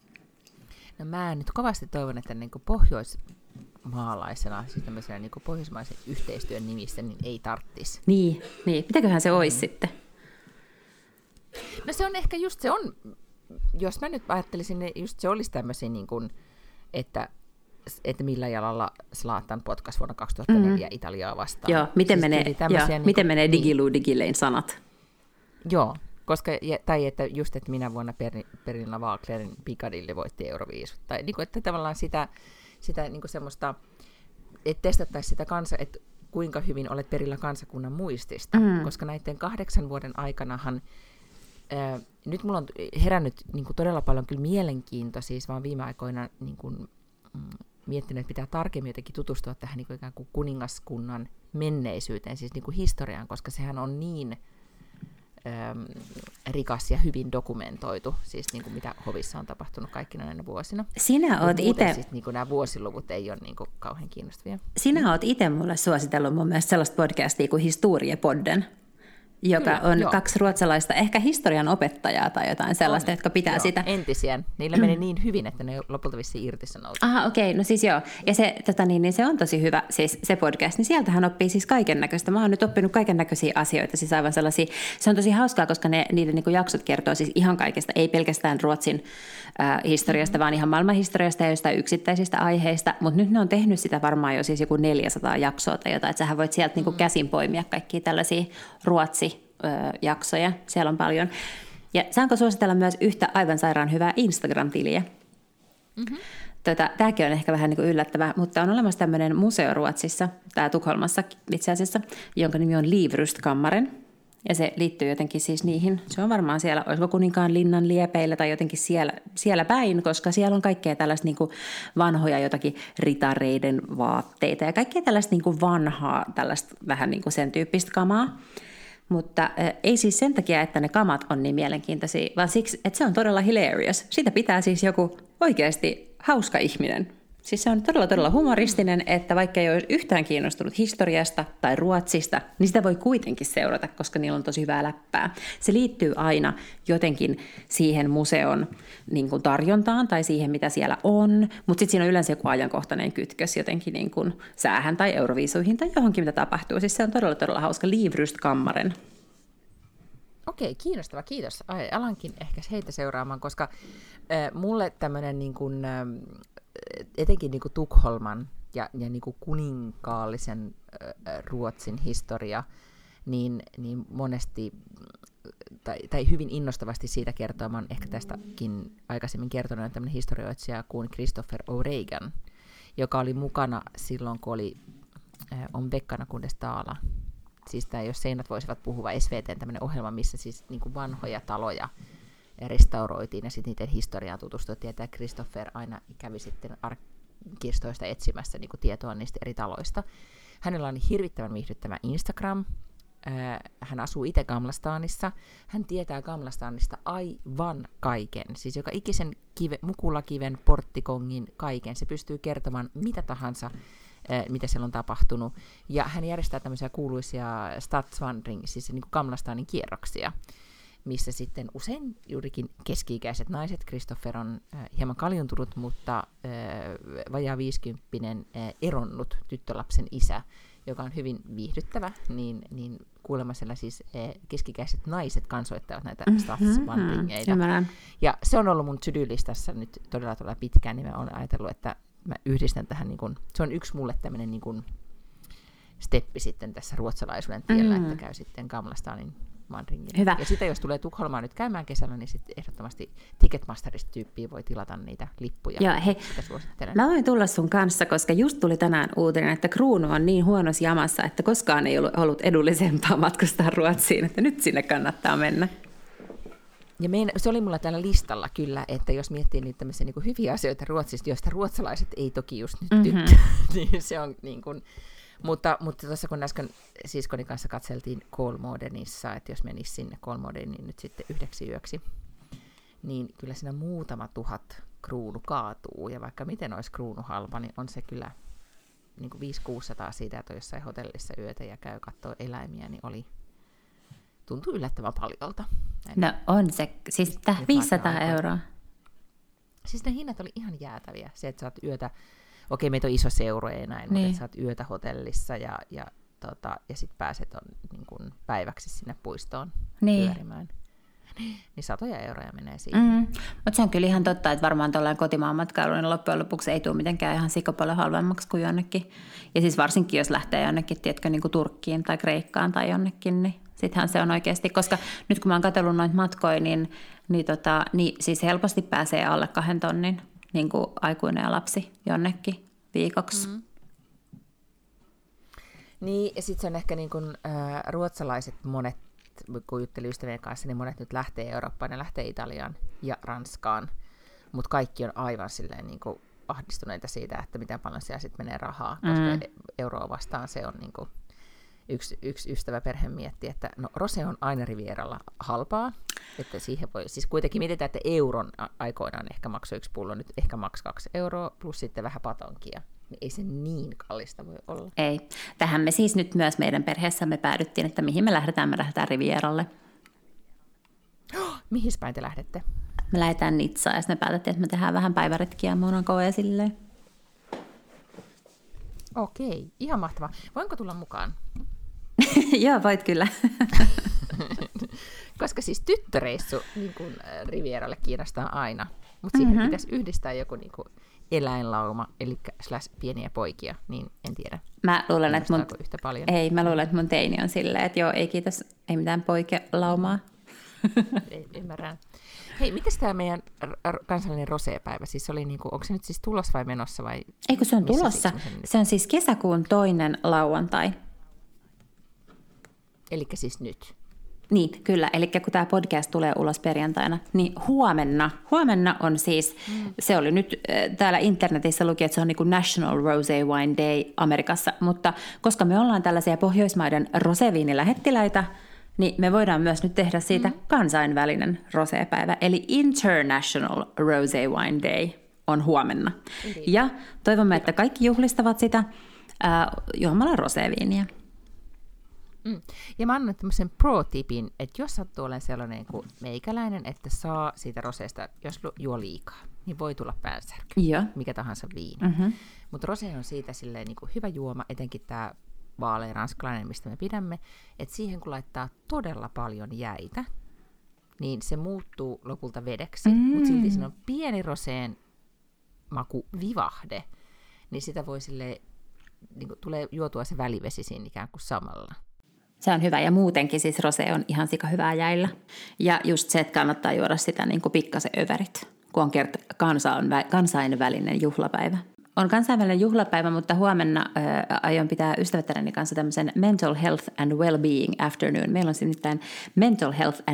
No mä nyt kovasti toivon, että niin kuin pohjoismaalaisena, siis tämmöisenä niin kuin pohjoismaisen yhteistyön nimissä, niin ei tarttisi. Niin. Mitäköhän se olisi sitten? No se on ehkä just se on, jos mä nyt ajattelisin, niin just se olisi tämmöisiä niin kuin, että millä jalalla Zlatan potkas vuonna 2004 Italiaa vastaan. Joo, miten siis miten menee Digilu Digilein sanat? Joo, koska, tai että just, että minä vuonna Pernilla Waaglerin Piccadilly voitti Euroviisut. Tai niin kuin, että tavallaan sitä niin kuin semmoista, että testattaisiin sitä että kuinka hyvin olet perillä kansakunnan muistista. Koska näiden 8 vuoden aikanahan, nyt mulla on herännyt niin kuin todella paljon kyllä mielenkiinto, siis vaan viime aikoina niin kuin, miettinyt, että pitää tarkemmin jotenkin tutustua tähän niin kuin ikään kuin kuningaskunnan menneisyyteen, siis niin kuin historiaan, koska sehän on niin rikas ja hyvin dokumentoitu, siis niin kuin mitä hovissa on tapahtunut kaikkina näinä vuosina. Sinä oot itse... Siis niin kuin nämä vuosiluvut ei ole niin kuin kauhean kiinnostavia. Sinä oot itse mulle suositellut mun mielestä sellaista podcastia kuin Historiepodden, joka on 2 ruotsalaista, ehkä historian opettajaa tai jotain sellaista, jotka pitää sitä. Entisiä. Niillä meni niin hyvin, että ne lopulta vissiin irtisanoutu. Aha, okei. No siis joo. Ja se, niin se on tosi hyvä, siis se podcast, niin sieltähän oppii siis kaiken näköistä. Mä oon nyt oppinut kaiken näköisiä asioita, siis aivan sellaisia. Se on tosi hauskaa, koska niiden niin kuin jaksot kertoo siis ihan kaikesta, ei pelkästään Ruotsin historiasta, vaan ihan maailmanhistoriasta ja jostain yksittäisistä aiheista. Mutta nyt ne on tehnyt sitä varmaan jo siis joku 400 jaksoa tai jotain, että sähän voit sieltä niin kuin käsin poimia kaikkia tällaisia Ruotsi-jaksoja. Siellä on paljon. Ja saanko suositella myös yhtä aivan sairaan hyvää Instagram-tiliä? Tämäkin on ehkä vähän niin kuin yllättävää, mutta on olemassa tämmöinen museo Ruotsissa, tää Tukholmassa itse asiassa, jonka nimi on Livrustkammaren. Ja se liittyy jotenkin siis niihin, se on varmaan siellä, olisiko Kuninkaan linnan liepeillä tai jotenkin siellä päin, koska siellä on kaikkea tällaista niin kuin vanhoja jotakin ritareiden vaatteita ja kaikkea tällaista niin kuin vanhaa, tällaista vähän niin kuin sen tyyppistä kamaa. Mutta ei siis sen takia, että ne kamat on niin mielenkiintoisia, vaan siksi, että se on todella hilarious. Siitä pitää siis joku oikeasti hauska ihminen. Siis se on todella humoristinen, että vaikka ei ole yhtään kiinnostunut historiasta tai Ruotsista, niin sitä voi kuitenkin seurata, koska niillä on tosi hyvää läppää. Se liittyy aina jotenkin siihen museon niin kuin tarjontaan tai siihen, mitä siellä on, mutta sitten siinä on yleensä joku ajankohtainen kytkös jotenkin niin kuin säähän tai euroviisuihin tai johonkin, mitä tapahtuu. Siis se on todella hauska. Livrustkammaren. Okei, kiinnostava, kiitos. Alankin ehkä heitä seuraamaan, koska mulle tämmöinen niin kuin, etenkin niin kuin Tukholman ja niin kuin kuninkaallisen Ruotsin historia, niin monesti, tai hyvin innostavasti siitä kertoo, mä oon ehkä tästäkin aikaisemmin kertonut, tämmöinen historioitsija kuin Christopher O'Regan, joka oli mukana silloin, kun oli On Beckarna kundes tala. Siis tämä, jos seinät voisivat puhua, SVT:n tämmöinen ohjelma, missä siis niin kuin vanhoja taloja restauroitiin ja sitten niiden historiaan tutustuttiin. Ja tämä Christopher aina kävi sitten arkistoista etsimässä niin kuin tietoa niistä eri taloista. Hänellä on hirvittävän viihdyttävä Instagram. Hän asuu itse Gamlastanissa. Hän tietää Gamlastanista aivan kaiken. Siis joka ikisen mukulakiven, porttikongin, kaiken. Se pystyy kertomaan mitä tahansa, mitä siellä on tapahtunut. Ja hän järjestää tämmöisiä kuuluisia stadsvandring, siis niin kuin Gamlastanin kierroksia, missä sitten usein juurikin keski-ikäiset naiset, Christopher on hieman kaljuntunut, mutta vajaa 50 eronnut tyttölapsen isä, joka on hyvin viihdyttävä, niin kuulemma siellä siis keski-ikäiset naiset kansoittavat näitä stadsvandringeita. Ja se on ollut mun to-do-listassa nyt todella pitkään, niin mä oon ajatellut, että mä yhdistän tähän, niin kun, se on yksi mulle tämmöinen niin kun steppi sitten tässä ruotsalaisuuden tiellä, että käy sitten Gamlastanin vandringin. Hyvä. Ja sitten jos tulee Tukholmaan nyt käymään kesällä, niin sitten ehdottomasti Ticketmasterista-tyyppiä voi tilata niitä lippuja. Joo, hei, mä voin tulla sun kanssa, koska just tuli tänään uutinen, että kruunu on niin huonossa jamassa, että koskaan ei ollut edullisempaa matkustaa Ruotsiin, että nyt sinne kannattaa mennä. Ja se oli mulla täällä listalla kyllä, että jos miettii niitä tämmöisiä niin kuin hyviä asioita Ruotsista, joista ruotsalaiset ei toki just nyt tykkää, niin se on niin kuin, mutta tuossa kun äsken siskoni kanssa katseltiin Kolmårdenissa, että jos menisi sinne Kolmårdeniin nyt sitten 9 yöksi, niin kyllä siinä muutama 1000 kruunu kaatuu, ja vaikka miten olisi kruunu halpa, niin on se kyllä niin kuin 500-600 siitä, että on jossain hotellissa yötä ja käy kattoo eläimiä, niin tuntuu yllättävän paljolta. No on se, siis 500 €. Siis ne hinnat oli ihan jäätäviä. Se, että saat yötä, okei meitä on iso seura ja näin, mutta että saat yötä hotellissa ja sitten pääset niin kun päiväksi sinne puistoon pyörimään. Niin 100 € menee siihen. Mutta se on kyllä ihan totta, että varmaan tuollainen kotimaan matkailu, niin loppujen lopuksi ei tule mitenkään ihan sikapaljon halvemmaksi kuin jonnekin. Ja siis varsinkin, jos lähtee jonnekin, tiedätkö, niin kuin Turkkiin tai Kreikkaan tai jonnekin, niin sittenhän se on oikeasti, koska nyt kun mä oon katsellut noita matkoja, niin siis helposti pääsee alle 2 tonnin niin kuin aikuinen ja lapsi jonnekin viikoksi. Niin, ja sitten se on ehkä niin kuin, ruotsalaiset monet, kun juttelin ystävien kanssa, niin monet nyt lähtee Eurooppaan, ne lähtee Italiaan ja Ranskaan, mutta kaikki on aivan silleen niin kuin ahdistuneita siitä, että miten paljon siellä sitten menee rahaa, koska euroa vastaan se on niin kuin yksi ystäväperhe mietti, että no rose on aina Rivieralla halpaa, että siihen voi, siis kuitenkin mietitään, että euron aikoinaan ehkä maksoi 1 pullo, nyt ehkä maksaa 2 € plus sitten vähän patonkia. Niin ei se niin kallista voi olla. Ei. Tähän me siis nyt myös meidän perheessämme päädyttiin, että mihin me lähdetään Rivieralle. Mihin päin te lähdette? Me lähdetään Nizzaan ja sitten me päätettiin, että me tehdään vähän päiväretkiä Monacoa ja silleen. Okei, ihan mahtavaa. Voinko tulla mukaan? Joo, voit kyllä. Koska siis tyttöreissu niin kuin Rivieralle kiinnostaa aina, mutta siihen pitäisi yhdistää joku niin kuin eläinlauma, eli pieniä poikia, niin en tiedä. Mä luulen, että yhtä paljon. Mä luulen, että mun teini on silleen, että joo, ei kiitos, ei mitään poikelaumaa. Ymmärrän. Hei, mitäs tämä meidän kansallinen roseepäivä? Siis oli niinku, onko se nyt siis tulossa vai menossa? Vai eikö se on tulossa? Se on siis kesäkuun 2. lauantai. Elikkä siis nyt? Niin, kyllä. Eli kun tämä podcast tulee ulos perjantaina, niin huomenna on siis, se oli nyt täällä internetissä luki, että se on niin kuin National Rosé Wine Day Amerikassa, mutta koska me ollaan tällaisia Pohjoismaiden roseviinilähettiläitä, niin me voidaan myös nyt tehdä siitä kansainvälinen rosépäivä, eli International Rosé Wine Day on huomenna. Ja toivomme, että kaikki juhlistavat sitä juomalla roséviiniä. Ja mä annan tämmöisen pro-tipin, että jos sattuu olemaan sellainen kuin meikäläinen, että saa siitä roseesta, jos juo liikaa, niin voi tulla päänsärky, mikä tahansa viini. Mutta rosé on siitä silleen niin kuin hyvä juoma, etenkin tämä vaalea ranskalainen, mistä me pidämme, että siihen kun laittaa todella paljon jäitä, niin se muuttuu lopulta vedeksi, mutta silti siinä on pieni roseen maku vivahde, niin sitä voi silleen, niin kuin tulee juotua se välivesi siinä ikään kuin samalla. Se on hyvä ja muutenkin siis rosé on ihan sika hyvää jäillä. Ja just se, että kannattaa juoda sitä niin kuin pikkasen överit, kun on kansainvälinen juhlapäivä. On kansainvälinen juhlapäivä, mutta huomenna aion pitää ystävättäreni kanssa tämmöisen Mental Health and Wellbeing Afternoon. Meillä on nimittäin Mental Health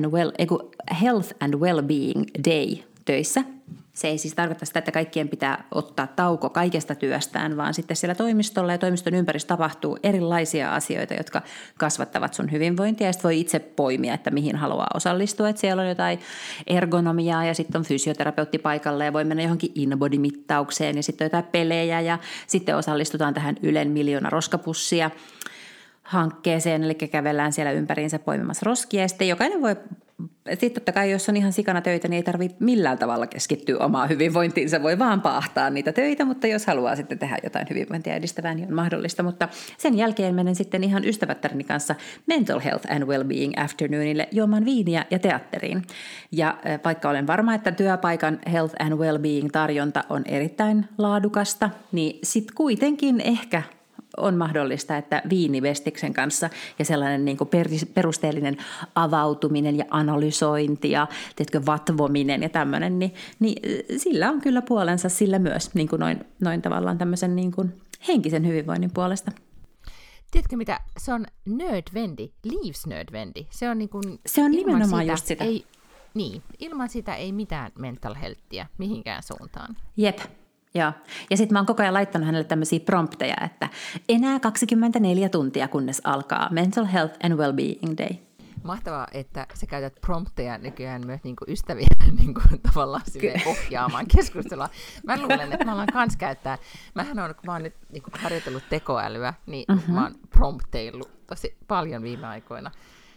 and Wellbeing Day töissä. Se ei siis tarkoita sitä, että kaikkien pitää ottaa tauko kaikesta työstään, vaan sitten siellä toimistolla ja toimiston ympäristössä tapahtuu erilaisia asioita, jotka kasvattavat sun hyvinvointia. Ja sitten voi itse poimia, että mihin haluaa osallistua. Että siellä on jotain ergonomiaa ja sitten on fysioterapeutti paikalla ja voi mennä johonkin InBody-mittaukseen ja sitten on jotain pelejä. Ja sitten osallistutaan tähän Ylen 1 000 000 roskapussia hankkeeseen, eli kävellään siellä ympäriinsä poimimassa roskia. Ja sitten jokainen voi, sitten totta kai jos on ihan sikana töitä, niin ei tarvitse millään tavalla keskittyä omaan hyvinvointiinsa. Voi vaan paahtaa niitä töitä, mutta jos haluaa sitten tehdä jotain hyvinvointia edistävää, niin on mahdollista. Mutta sen jälkeen menen sitten ihan ystävättäreni kanssa Mental Health and Wellbeing Afternoonille juomaan viiniä ja teatteriin. Ja vaikka olen varma, että työpaikan Health and Wellbeing tarjonta on erittäin laadukasta, niin sitten kuitenkin ehkä on mahdollista, että viinivestiksen kanssa ja sellainen niin kuin perusteellinen avautuminen ja analysointi ja vatvominen ja tämmöinen, niin sillä on kyllä puolensa sillä myös niin kuin noin tavallaan tämmöisen niin kuin henkisen hyvinvoinnin puolesta. Tiedätkö mitä? Se on nödvändig, livsnödvändig. Se on, niin kuin, se on nimenomaan just sitä. Ilman sitä ei mitään mental healthia mihinkään suuntaan. Jep. Joo. Ja sitten mä oon koko ajan laittanut hänelle tämmöisiä prompteja, että enää 24 tuntia, kunnes alkaa Mental Health and Wellbeing Day. Mahtavaa, että sä käytät prompteja nykyään myös niinku ystäviä niinku tavallaan ohjaamaan keskustelua. Mä luulen, että mä alan kans käyttää. Mähän on, kun mä oon nyt niinku harjoitellut tekoälyä, niin mä oon prompteillut tosi paljon viime aikoina.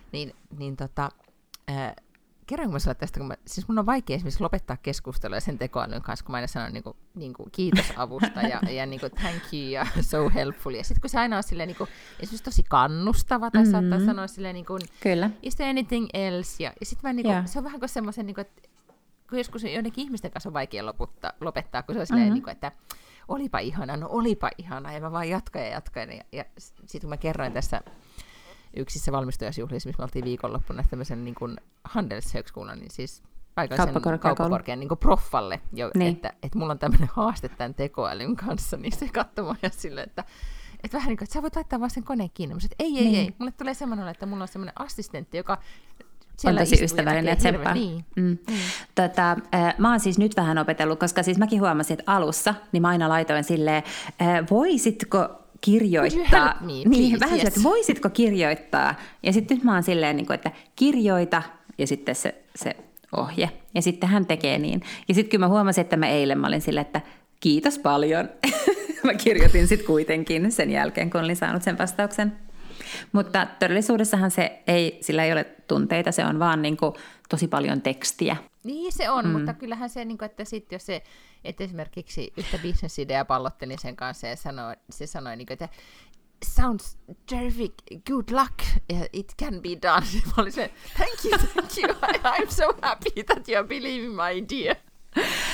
Kerroinko mä sulle tästä, kun siis mun on vaikea esimerkiksi lopettaa keskustelua sen tekoälyn kanssa, kun mä aina sanon niinku kiitos avusta ja niinku thank you ja so helpful. Ja sitten kun se aina on silleen niinku, esimerkiksi tosi kannustava tai saattaa sanoa silleen niinku, is there anything else? Ja sitten mä niinku, se on vähän kuin semmoisen, niinku, että kun joskus joidenkin ihmisten kanssa on vaikea lopettaa, kun se on silleen, niinku, että olipa ihana, ja mä vaan jatkan. Ja sitten kun mä kerroin tässä yksissä valmistujaisjuhlissa, missä me oltiin viikonloppuna tämmöisen niin kuin Handelshögskolan, niin siis paikallisen kauppakorkean niin kuin proffalle, että mulla on tämmöinen haaste tämän tekoälyn kanssa, niin se katsomaan ja silleen, että vähän niin kuin, että sä voit laittaa vaan sen koneen kiinni. Mä sanoin, että ei. Mulle tulee semmoinen, että mulla on semmoinen assistentti, joka on tosi ystävällinen ja tsemppaa. Mä oon siis nyt vähän opetellut, koska siis mäkin huomasin, että alussa, niin mä aina laitoin silleen, voisitko kirjoittaa, vähän yes. Että voisitko kirjoittaa, ja sitten nyt mä oon silleen, että kirjoita, ja sitten se ohje, ja sitten hän tekee niin. Ja sitten kyllä mä huomasin, että mä olin silleen, että kiitos paljon. Mä kirjoitin sitten kuitenkin sen jälkeen, kun olin saanut sen vastauksen. Mutta todellisuudessahan sillä ei ole tunteita, se on vaan niin kuin tosi paljon tekstiä. Niin se on, mutta kyllähän se, että sitten jos se, että esimerkiksi yhtä business-ideaa pallottelin sen kanssa ja se sanoi, että sounds terrific, good luck, it can be done. Mä olin se, thank you, I'm so happy that you believe in my idea.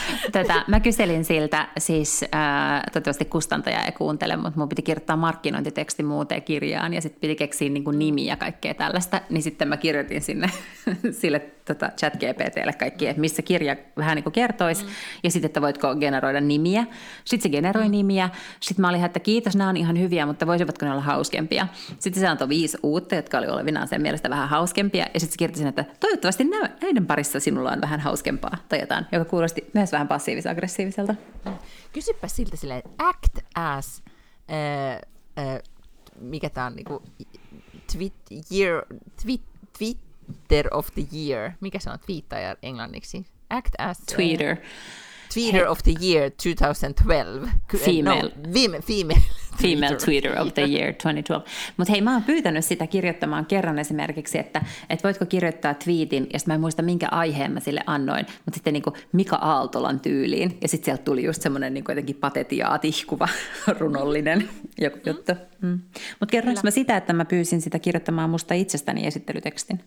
Mä kyselin siltä, siis toivottavasti kustantaja ei kuuntele, mutta mun piti kirjoittaa markkinointiteksti muuten kirjaan ja sitten piti keksiä niin kuin nimiä ja kaikkea tällaista, niin sitten mä kirjoitin sinne sille ChatGPT:lle kaikki, että missä kirja vähän niin kuin kertoisi ja sitten, että voitko generoida nimiä. Sitten se generoi nimiä. Sitten mä olin, että kiitos, nämä on ihan hyviä, mutta voisivatko ne olla hauskempia. Sitten se antoi 5 uutta, jotka oli olevinaan sen mielestä vähän hauskempia ja sitten se kirjoitin, että toivottavasti näiden parissa sinulla on vähän hauskempaa tai jotain, joka kuulosti myös vähän passiivis-aggressiiviselta. Kysypä siltä silleen, act as, mikä tää on, niinku, Twitter of the year. Mikä se on twiittaja englanniksi? Act as... Tweeter of the year 2012. Female Tweeter of the year 2012. Mutta hei, mä oon pyytänyt sitä kirjoittamaan kerran esimerkiksi, että voitko kirjoittaa tweetin, ja sitten mä en muista minkä aiheen mä sille annoin, mutta sitten niin kuin Mika Aaltolan tyyliin, ja sitten sieltä tuli just semmoinen niin jotenkin patetiaa tihkuva runollinen joku juttu. Mutta kerroinko mä sitä, että mä pyysin sitä kirjoittamaan musta itsestäni esittelytekstin?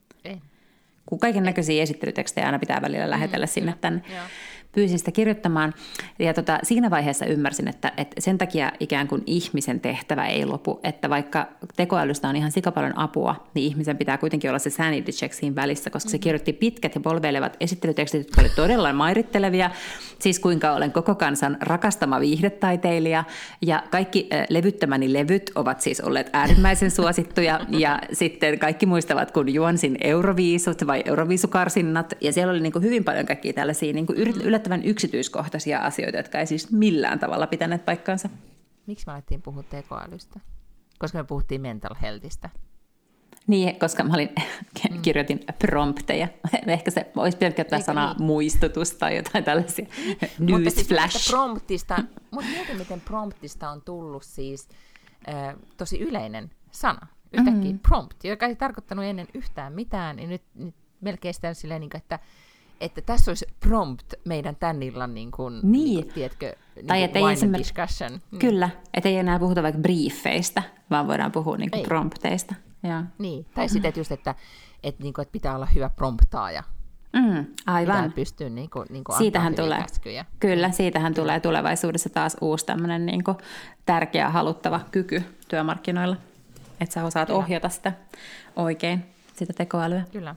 Kun kaiken näköisiä esittelytekstejä aina pitää välillä lähetellä sinne tänne. Pyysin sitä kirjoittamaan ja siinä vaiheessa ymmärsin, että sen takia ikään kuin ihmisen tehtävä ei lopu, että vaikka tekoälystä on ihan sikapaljon apua, niin ihmisen pitää kuitenkin olla se sanity check siinä välissä, koska se kirjoitti pitkät ja polveilevat esittelytekstit, jotka olivat todella mairittelevia, siis kuinka olen koko kansan rakastama viihdetaiteilija ja kaikki levyttämäni levyt ovat siis olleet äärimmäisen suosittuja ja sitten kaikki muistavat, kun juonsin Euroviisut vai Euroviisukarsinnat ja siellä oli niin kuin hyvin paljon kaikkia tällaisia niin kuin yllättävän yksityiskohtaisia asioita, jotka ei siis millään tavalla pitäneet paikkaansa. Miksi me alettiin puhua tekoälystä? Koska me puhuttiin mental healthistä. Niin, koska mä kirjoitin prompteja. Ehkä se olisi pitänyt käyttää sanaa muistutus tai jotain tällaisia. Newsflash. Mutta mieti, miten promptista on tullut siis tosi yleinen sana. Yhtäkkiä prompt, joka ei tarkoittanut ennen yhtään mitään. Ja nyt melkein sitä silleen, että tässä olisi prompt meidän tän illan, niin kuin, tiedätkö, tai niin wine discussion. Kyllä, että ei enää puhuta vaikka briefeistä, vaan voidaan puhua niin kuin prompteista. Ja. Niin, tai sitten just, että pitää olla hyvä promptaaja. Aivan. Pitää pystyä niin kuin siitähän antaa tulee, käskyjä. Kyllä, siitähän tulee tulevaisuudessa taas uusi tämmöinen niin kuin tärkeä, haluttava kyky työmarkkinoilla, että sä osaat ohjata sitä oikein, sitä tekoälyä. Kyllä.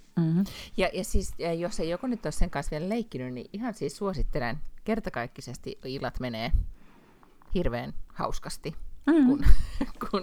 Ja siis, jos ei joku nyt ole sen kanssa vielä leikkinyt, niin ihan siis suosittelen kertakaikkisesti illat menee hirveän hauskasti, kun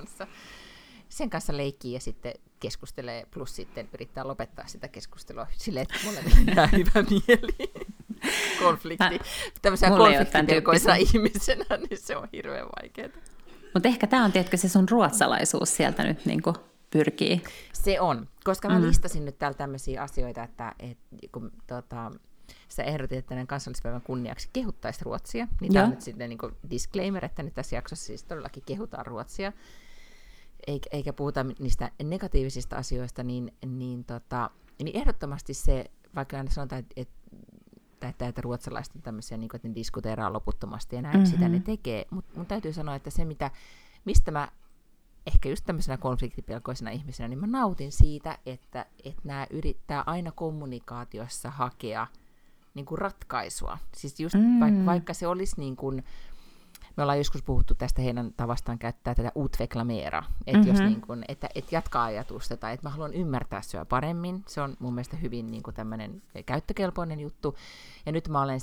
sen kanssa leikkii ja sitten keskustelee, plus sitten yrittää lopettaa sitä keskustelua silleen, että molemmille jää hyvä mieli. Konflikti. Tämmöisenä konfliktipelkoisena ihmisenä, niin se on hirveän vaikeaa. Mutta ehkä tämä on, tiedätkö, se sun ruotsalaisuus sieltä nyt niin kuin pyrkii. Se on, koska mä listasin nyt täällä tämmöisiä asioita, että kun sä ehdotit, että tämän kansallispäivän kunniaksi kehuttaisi Ruotsia, niin tämä on nyt sitten niin kuin disclaimer, että nyt tässä jaksossa siis todellakin kehutaan Ruotsia, eikä puhuta niistä negatiivisista asioista, niin ehdottomasti se, vaikka aina sanotaan, että ruotsalaiset on tämmöisiä, niin kuin, että ne diskuteeraa loputtomasti ja näin, sitä ne tekee, mutta mun täytyy sanoa, että se, mistä mä ehkä just tämmöisenä konfliktipelkoisena ihmisenä, niin mä nautin siitä, että nämä yrittää aina kommunikaatiossa hakea niin kuin ratkaisua. Siis just vaikka se olisi niin kuin, me ollaan joskus puhuttu tästä heidän tavastaan käyttää tätä utveklameera, että jos niin kuin, että jatkaa ajatusta tai että mä haluan ymmärtää syö paremmin, se on mun mielestä hyvin niin kuin tämmöinen käyttökelpoinen juttu. Ja nyt mä olen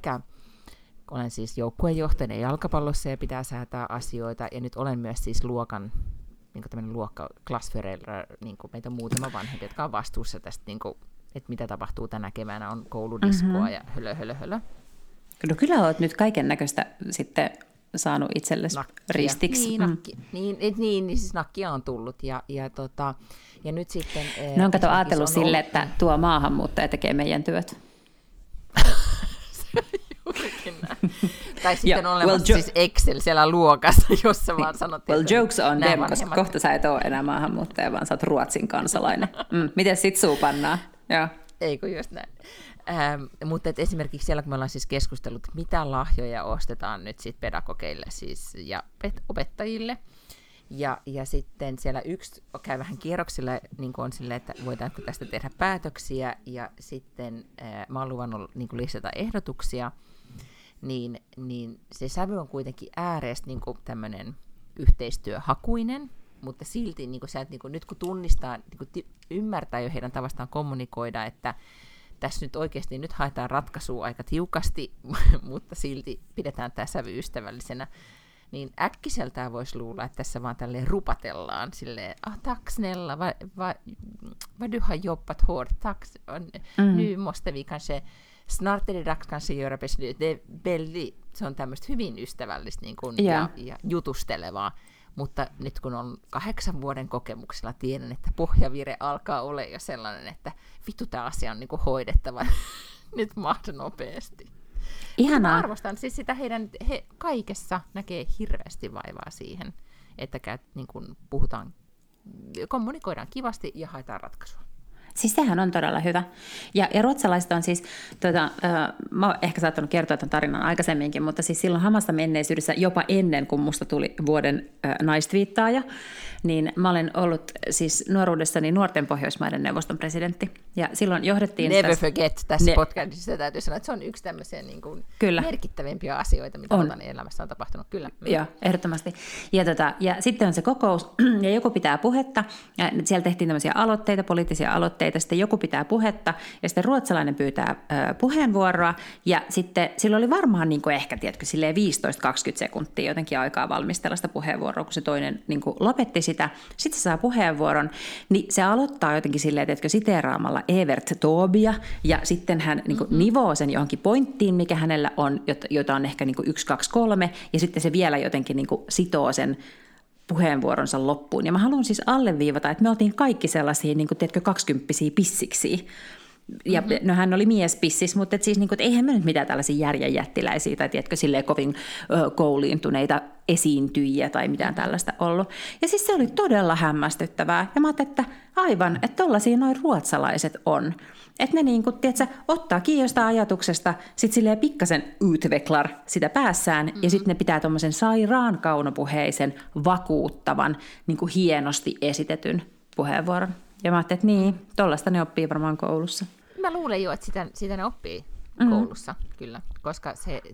siis joukkuejohtajana jalkapallossa ja pitää säätää asioita, ja nyt olen myös siis luokan, niin kuin tämmöinen luokka, klassförälder, niin kuin meitä on muutama vanhempi, jotka on vastuussa tästä, niin kuin, että mitä tapahtuu tänä keväänä, on kouludiskoa ja hölö. No kyllä olet nyt kaiken näköistä sitten saanut itsellesi ristiksi. Niin, siis nakkia on tullut, ja nyt sitten... No on kato ajatellut sille, että tuo maahanmuuttaja tekee meidän työt. Juurikin näin. Tai sitten on olemassa siis Excel siellä luokassa, jossa vaan sanottiin... Well, jokes on them, koska kohta sä et ole enää maahanmuuttaja, vaan sä oot Ruotsin kansalainen. Miten sit suu pannaan? Ei kun just näin. Mutta esimerkiksi siellä, kun me ollaan siis keskustellut, mitä lahjoja ostetaan nyt sit pedagogeille siis, ja opettajille, Ja sitten siellä yksi käy vähän kierroksilla, niin kuin on silleen, että voidaanko tästä tehdä päätöksiä, ja sitten mä oon luvannut niin kuin lisätä ehdotuksia, niin se sävy on kuitenkin ääreesti niin kuin tämmöinen yhteistyöhakuinen, mutta silti niin kuin sä, niin kuin nyt kun tunnistaa, niin kuin ymmärtää jo heidän tavastaan kommunikoida, että tässä nyt oikeasti nyt haetaan ratkaisua aika tiukasti, mutta silti pidetään tämä sävy ystävällisenä, niin äkkiseltään voisi luulla, että tässä vaan tälleen rupatellaan silleen, tack snälla, vad du har jobbat hårt, tack, nu måste vi kanske, snart är det dags kanske göra beslut, se on tämmöistä hyvin ystävällistä niin kuin, ja jutustelevaa, mutta nyt kun on 8 vuoden kokemuksella, tiedän, että pohjavire alkaa olla jo sellainen, että vittu tämä asia on niin kuin hoidettava nyt mahdollisesti nopeasti. Ihanaa. Mä arvostan siis sitä he kaikessa näkee hirveästi vaivaa siihen, että niin kun kommunikoidaan kivasti ja haetaan ratkaisua. Siis sehän on todella hyvä. Ja ruotsalaiset on siis, mä oon ehkä saattanut kertoa tämän tarinan aikaisemminkin, mutta siis silloin hamasta menneisyydessä, jopa ennen kuin musta tuli vuoden naistviittaaja, niin mä olen ollut siis nuoruudessani nuorten Pohjoismaiden neuvoston presidentti. Ja silloin johdettiin... Never forget tässä podcastissa täytyy sanoa, että se on yksi tämmöisiä niin kuin merkittävimpiä asioita, mitä elämässä on tapahtunut. Kyllä. Joo, ehdottomasti. Ja sitten on se kokous, ja joku pitää puhetta, ja siellä tehtiin tämmöisiä aloitteita, poliittisia aloitteita, sitten joku pitää puhetta, ja sitten ruotsalainen pyytää puheenvuoroa, ja sitten sillä oli varmaan niin kuin ehkä, tiedätkö, silleen 15-20 sekuntia jotenkin aikaa valmistella sitä puheenvuoroa, kun se toinen niin kuin lopetti sitä. Sitten se saa puheenvuoron, niin se aloittaa jotenkin silleen, tiedätkö, siteeraamalla Evert Taubea, ja sitten hän niin kuin nivoo sen johonkin pointtiin, mikä hänellä on, jota on ehkä niin kuin 1, 2, 3, ja sitten se vielä jotenkin niin kuin sitoo sen puheenvuoronsa loppuun. Ja mä haluan siis alleviivata, että me oltiin kaikki sellaisia, niin kuin, tiedätkö, 20-vuotiaita pissiksi. Ja no hän oli miespissis, mutta siis, niin kuin, että eihän me nyt mitään tällaisia järjen jättiläisiä tai tiedätkö, silleen kovin kouliintuneita esiintyjiä tai mitään tällaista ollut. Ja siis se oli todella hämmästyttävää. Ja mä ajattelin, että aivan, että tollaisia noin ruotsalaiset on. Että ne niin kuin, tiedätkö, ottaa kiinni jostain ajatuksesta, sitten silleen pikkasen utvecklar sitä päässään, ja sitten ne pitää tommosen sairaan kaunopuheisen, vakuuttavan, niin kuin hienosti esitetyn puheenvuoron. Ja mä ajattelin, että niin, tollaista ne oppii varmaan koulussa. Mä luulen jo, että sitä ne oppii koulussa, kyllä. Koska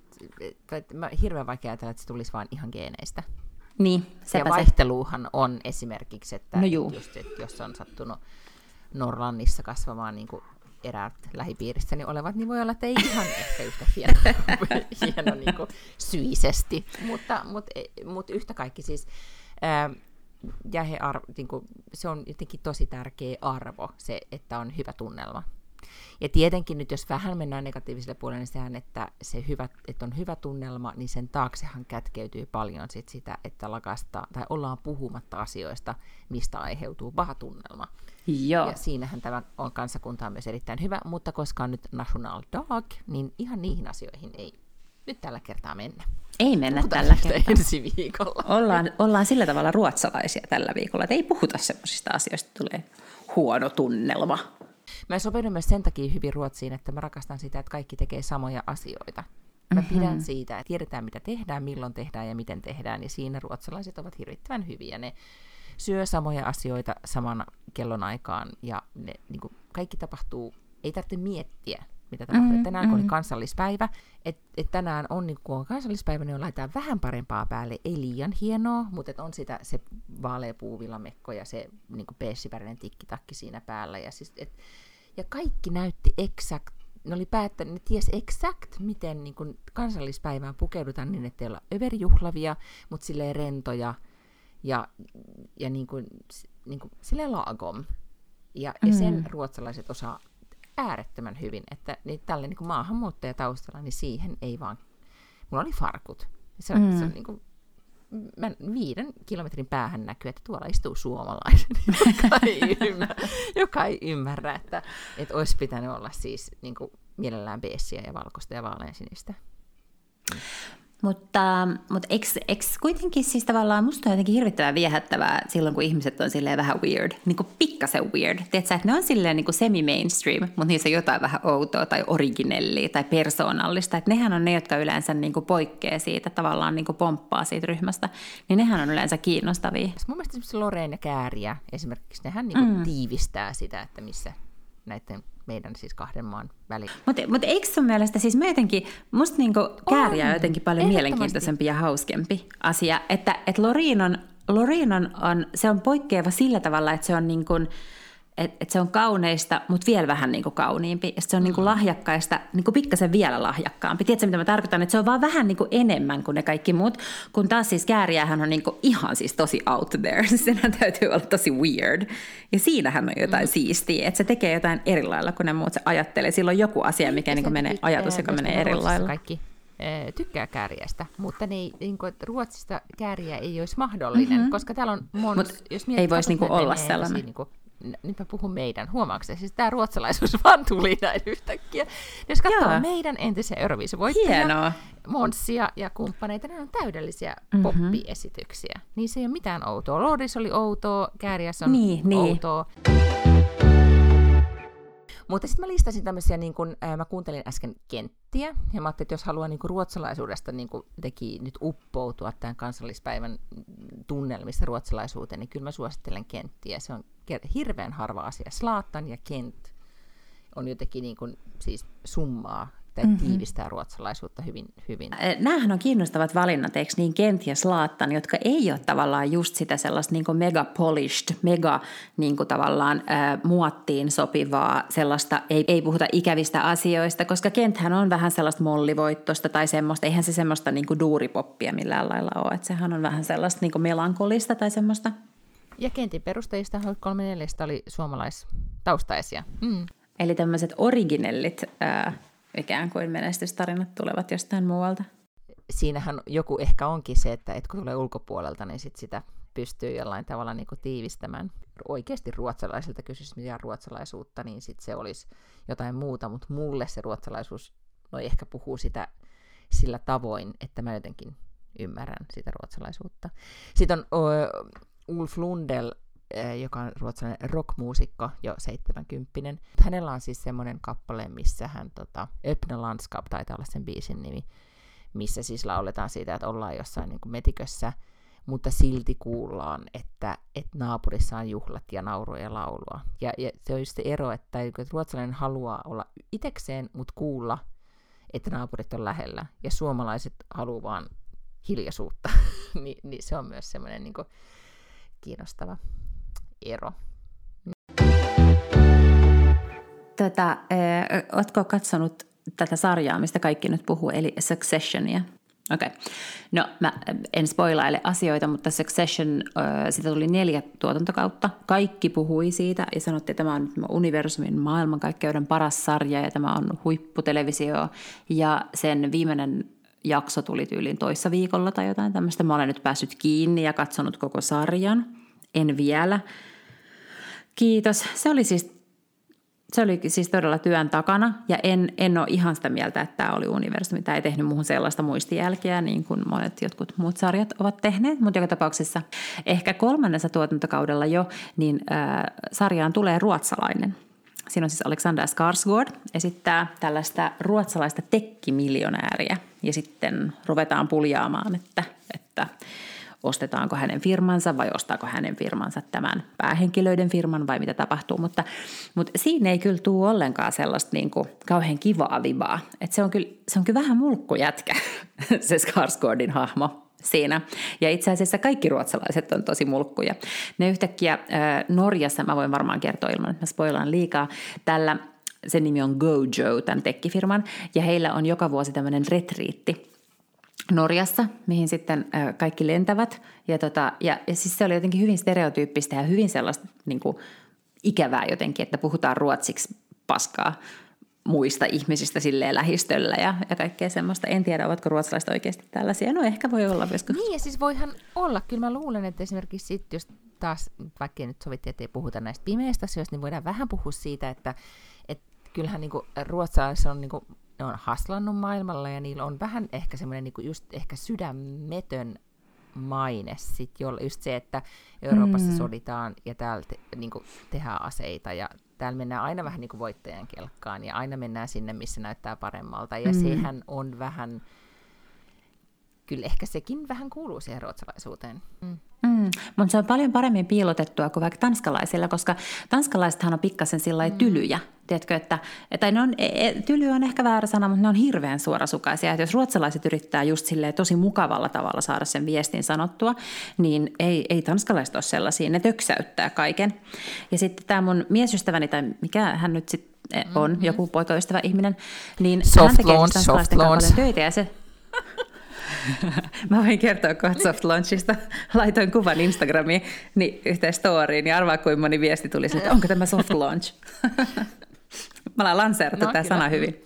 hirveän vaikea ajatella, että se tulisi vaan ihan geeneistä. Niin, ja vaihteluuhan on esimerkiksi, että just, että jos on sattunut Norlannissa kasvamaan niin kuin eräät lähipiirissäni olevat, niin voi olla, että ei ihan ehkä yhtä hieno niin kuin syisesti. Mutta yhtä kaikki siis... Ja niin kuin, se on jotenkin tosi tärkeä arvo, se, että on hyvä tunnelma. Ja tietenkin nyt, jos vähän mennään negatiiviselle puolelle, niin sehän, että on hyvä tunnelma, niin sen taaksehan kätkeytyy paljon sitä, että lakastaa tai ollaan puhumatta asioista, mistä aiheutuu paha tunnelma. Joo. Ja siinähän tämä on kansakunta on myös erittäin hyvä, mutta koska on nyt National Dag, niin ihan niihin asioihin ei nyt tällä kertaa mennä. Ei mennä tällä kertaa. Ensi viikolla. Ollaan sillä tavalla ruotsalaisia tällä viikolla, että ei puhuta semmoisista asioista, tulee huono tunnelma. Mä sopeudun myös sen takia hyvin Ruotsiin, että mä rakastan sitä, että kaikki tekee samoja asioita. Mä pidän siitä, että tiedetään mitä tehdään, milloin tehdään ja miten tehdään, ja siinä ruotsalaiset ovat hirvittävän hyviä. Ne syö samoja asioita saman kellonaikaan, ja ne, niin kuin kaikki tapahtuu, ei tarvitse miettiä, mitä tapahtuu. Tänään kun oli kansallispäivä, että tänään on, niin kun on kansallispäivä, niin on laitetaan vähän parempaa päälle, ei liian hienoa, mutta on sitä se vaalea puuvillamekko ja se niin beessivärinen tikkitakki siinä päällä. Ja kaikki näytti ne oli päättänyt, ne ties exakt, miten niin kun kansallispäivään pukeudutaan niin, ettei olla överjuhlavia, mutta silleen rentoja ja niin kuin silleen lagom. Ja sen ruotsalaiset osaa äärettömän hyvin, että niin tälle niin kuin maahanmuuttajataustalla, niin siihen ei vaan... Mulla oli farkut. Se on niin kuin, 5 kilometrin päähän näkyy, että tuolla istuu suomalainen, joka ei ymmärrä, että olisi pitänyt olla siis niin kuin mielellään beessiä ja valkoista ja vaaleansinistä. Mutta eikö kuitenkin siis tavallaan musta on jotenkin hirvittävän viehättävää silloin, kun ihmiset on silleen vähän weird, niin kuin pikkasen weird. Tiedätkö, että ne on silleen niin kuin semi-mainstream, mutta niissä on jotain vähän outoa tai originellia tai persoonallista. Että nehän on ne, jotka yleensä niin kuin poikkeaa siitä, tavallaan niin kuin pomppaa siitä ryhmästä, niin nehän on yleensä kiinnostavia. Mun mielestä esimerkiksi Loreen ja Kääriä esimerkiksi, nehän niin kuin tiivistää sitä, että missä näiden meidän siis kahden maan väliin. Mutta eikö sun mielestä, siis musta niinku Kääriä on jotenkin paljon mielenkiintoisempi ja hauskempi asia, että Loreen on, se on poikkeava sillä tavalla, että se on niin kuin, että se on kauneista, mutta vielä vähän niin kuin kauniimpi. Ja se on niin kuin lahjakkaista, niin kuin pikkasen vielä lahjakkaampi. Tiedätkö, mitä mä tarkoitan? Että se on vaan vähän niin kuin enemmän kuin ne kaikki muut. Kun taas siis Kääriähän on niin kuin ihan siis tosi out there. Senhän täytyy olla tosi weird. Ja siinähän on jotain siistiä. Että se tekee jotain eri lailla kuin ne muut. Se ajattelee. Sillä on joku asia, mikä niin kuin menee, ajatus, joka menee eri lailla. Kaikki tykkää Kääriästä, mutta niin kuin, Ruotsista Kääriä ei olisi mahdollinen, koska täällä on jos ei voisi niin kuin olla sellainen. Niin kuin, nyt mä puhun meidän, huomaako se? Siis tämä ruotsalaisuus vaan tuli näin yhtäkkiä. Jos katsoo meidän entisiä Euroviisuvoittajia, Månsia ja kumppaneita, ne on täydellisiä poppiesityksiä. Niin se ei ole mitään outoa. Loris oli outoa, Kääriäs on outoa. Mutta sitten mä listasin tämmöisiä, niin kun, mä kuuntelin äsken Kenttiä, ja mä ajattelin, että jos haluaa niin ruotsalaisuudesta niin teki nyt uppoutua tämän kansallispäivän tunnelmissa ruotsalaisuuteen, niin kyllä mä suosittelen Kenttiä. Se on hirveän harva asia. Zlatan ja Kent on jotenkin niin kun, siis summaa tai tiivistää ruotsalaisuutta hyvin. Nämähän on kiinnostavat valinnat, eikö niin, Kent ja Zlatan, jotka ei ole tavallaan just sitä sellaista niin kuin mega polished, mega niin kuin tavallaan muottiin sopivaa sellaista, ei puhuta ikävistä asioista, koska Kenthän on vähän sellaista mollivoittosta tai semmoista, eihän se semmoista niin kuin duuripoppia millään lailla ole, että sehän on vähän sellaista niin kuin melankolista tai semmoista. Ja Kentin perustajista 3/4 oli suomalaistaustaisia. Eli tämmöiset originellit ikään kuin menestystarinat tulevat jostain muualta. Siinähän joku ehkä onkin se, että kun tulee ulkopuolelta, niin sitä pystyy jollain tavalla niin kuin tiivistämään. Oikeasti ruotsalaisilta kysyisi mitään ruotsalaisuutta, niin sitten se olisi jotain muuta, mutta mulle se ruotsalaisuus ehkä puhuu sitä sillä tavoin, että mä jotenkin ymmärrän sitä ruotsalaisuutta. Sitten on Ulf Lundell, joka on ruotsalainen rockmuusikko, jo 70. Hänellä on siis semmoinen kappale, missä hän, Öppna landskap, taitaa olla sen biisin nimi, missä siis lauletaan siitä, että ollaan jossain niin kuin metikössä, mutta silti kuullaan, että naapurissa on juhlat ja naurua ja laulua. Ja se on just se ero, että ruotsalainen haluaa olla itekseen, mutta kuulla, että naapurit on lähellä, ja suomalaiset haluaa vaan hiljaisuutta. niin se on myös semmoinen niin kuin kiinnostava ero. Ootko katsonut tätä sarjaa, mistä kaikki nyt puhuu, eli Successionia? Okei. No, mä en spoilaile asioita, mutta Succession, siitä tuli 4 tuotantokautta. Kaikki puhui siitä ja sanottiin, että tämä on universumin maailmankaikkeuden paras sarja ja tämä on huipputelevisio. Ja sen viimeinen jakso tuli tyyliin toissa viikolla tai jotain tämmöistä. Mä olen nyt päässyt kiinni ja katsonut koko sarjan. En vielä. Kiitos. Se oli siis todella työn takana ja en ole ihan sitä mieltä, että tämä oli universumi. Tämä ei tehnyt muuhun sellaista muistijälkeä niin kuin monet jotkut muut sarjat ovat tehneet, mutta joka tapauksessa ehkä 3. tuotantokaudella jo, niin sarjaan tulee ruotsalainen. Siinä on siis Alexander Skarsgård esittää tällaista ruotsalaista tekkimiljonääriä ja sitten ruvetaan puljaamaan, että ostetaanko hänen firmansa vai ostaako hänen firmansa tämän päähenkilöiden firman vai mitä tapahtuu. Mutta siinä ei kyllä tule ollenkaan sellaista niin kuin kauhean kivaa vibaa. Että se on kyllä vähän mulkkujätkä se Skarsgårdin hahmo siinä. Ja itse asiassa kaikki ruotsalaiset on tosi mulkkuja. Ne yhtäkkiä Norjassa, mä voin varmaan kertoa ilman, että mä spoilaan liikaa, sen nimi on Gojo, tämän tekkifirman, ja heillä on joka vuosi tämmöinen retriitti Norjassa, mihin sitten kaikki lentävät. Ja siis se oli jotenkin hyvin stereotyyppistä ja hyvin sellaista niin kuin ikävää jotenkin, että puhutaan ruotsiksi paskaa muista ihmisistä silleen lähistöllä ja kaikkea semmoista. En tiedä, ovatko ruotsalaiset oikeasti tällaisia. No ehkä voi olla joskus. Niin ja siis voihan olla. Kyllä mä luulen, että esimerkiksi sit, jos taas, vaikka nyt sovittiin, että ei puhuta näistä pimeistä asioista, niin voidaan vähän puhua siitä, että kyllähän niin kuin ruotsalaisissa on niin kuin ne on haslannut maailmalla ja niillä on vähän ehkä semmoinen niinku just ehkä sydämetön maine sit, jolla just se, että Euroopassa soditaan ja täällä niinku tehdään aseita ja täällä mennään aina vähän niinku voittajan kelkkaan ja aina mennään sinne, missä näyttää paremmalta ja sehän on vähän, kyllä ehkä sekin vähän kuuluu siihen ruotsalaisuuteen. Mutta se on paljon paremmin piilotettua kuin vaikka tanskalaisilla, koska tanskalaisethan on pikkasen sillä tylyjä. Tiedätkö, että ne on, tyly on ehkä väärä sana, mutta ne on hirveän suorasukaisia. Että jos ruotsalaiset yrittää just silleen tosi mukavalla tavalla saada sen viestin sanottua, niin ei tanskalaiset ole sellaisia. Ne töksäyttää kaiken. Ja sitten tämä mun miesystäväni, tai mikä hän nyt sitten on, joku poikaystävä ihminen, niin hän tekee tanskalaisten kanssa paljon töitä ja se... Mä voin kertoa kohta soft launchista. Laitoin kuvan Instagramiin niin yhteen storyin, niin arvaa kuinka moni viesti tuli että onko tämä soft launch? Mä ollaan lanseerattu tämä sana hyvin.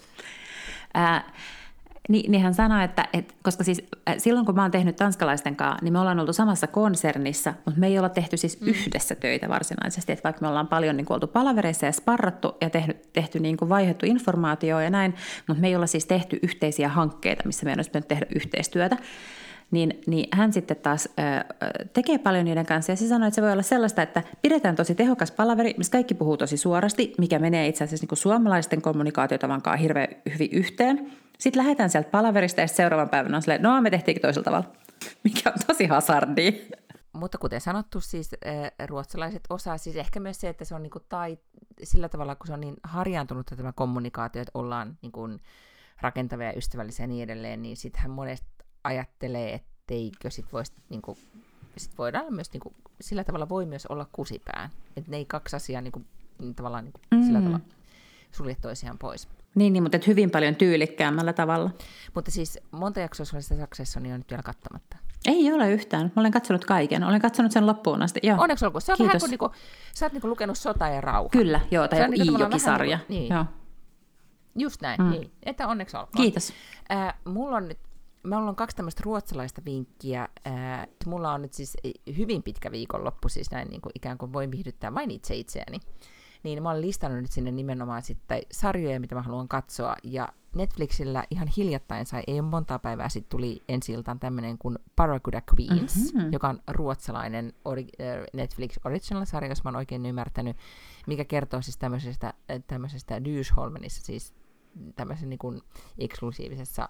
Niin hän sanoi, että koska siis silloin kun mä oon tehnyt tanskalaisten kanssa, niin me ollaan oltu samassa konsernissa, mutta me ei olla tehty siis yhdessä töitä varsinaisesti. Että vaikka me ollaan paljon niin kuin oltu palavereissa ja sparrattu ja tehty niin kuin vaihdettu informaatiota ja näin, mutta me ei olla siis tehty yhteisiä hankkeita, missä meidän olisi pitänyt tehdä yhteistyötä. Niin hän sitten taas tekee paljon niiden kanssa ja se sanoi, että se voi olla sellaista, että pidetään tosi tehokas palaveri, missä kaikki puhuu tosi suorasti, mikä menee itse asiassa niin kuin suomalaisten kommunikaatiotavankaan hirveän hyvin yhteen. Sitten lähdetään sieltä palaverista ja seuraavan päivänä on silleen, no me tehtiinkin toisella tavalla, mikä on tosi hazardia. Mutta kuten sanottu, siis ruotsalaiset osaa, siis ehkä myös se, että se on niinku sillä tavalla, kun se on niin harjaantunut tämä kommunikaatio, että ollaan niinku rakentavia ja ystävällisiä ja niin edelleen, niin sittenhän monesti ajattelee, etteikö sit voisi, niinku, sit voidaan myös, niinku, sillä tavalla voi myös olla kusipään. Että ne ei kaksi asiaa niinku, tavallaan niinku, sillä tavalla sulje toisiaan pois. Niin, mutta hyvin paljon tyylikkäämmällä tavalla. Mutta siis monta jaksoa sellaista Successionia on nyt vielä kattamatta. Ei ole yhtään. Mä olen katsonut kaiken. Olen katsonut sen loppuun asti. Joo. Onneksi olkoon. Se on vähän kuin sä oot lukenut Sota ja rauha. Kyllä, joo, tai joku Iijoki-sarja. Niin. Joo. Just näin, niin. Että onneksi olkoon. Kiitos. Mulla on 2 tämmöistä ruotsalaista vinkkiä. Mulla on nyt siis hyvin pitkä viikonloppu, siis näin niin kuin ikään kuin voin viihdyttää vain itseäni. Niin mä olen listannut nyt sinne nimenomaan sitten sarjoja, mitä mä haluan katsoa. Ja Netflixillä ihan hiljattain ei ole montaa päivää sitten tuli ensi-iltaan tämmöinen kuin Barracuda Queens, joka on ruotsalainen Netflix original-sarja, jos mä oon oikein ymmärtänyt, mikä kertoo siis tämmöisestä Djursholmenissa, siis tämmöisen niin kuin eksklusiivisessa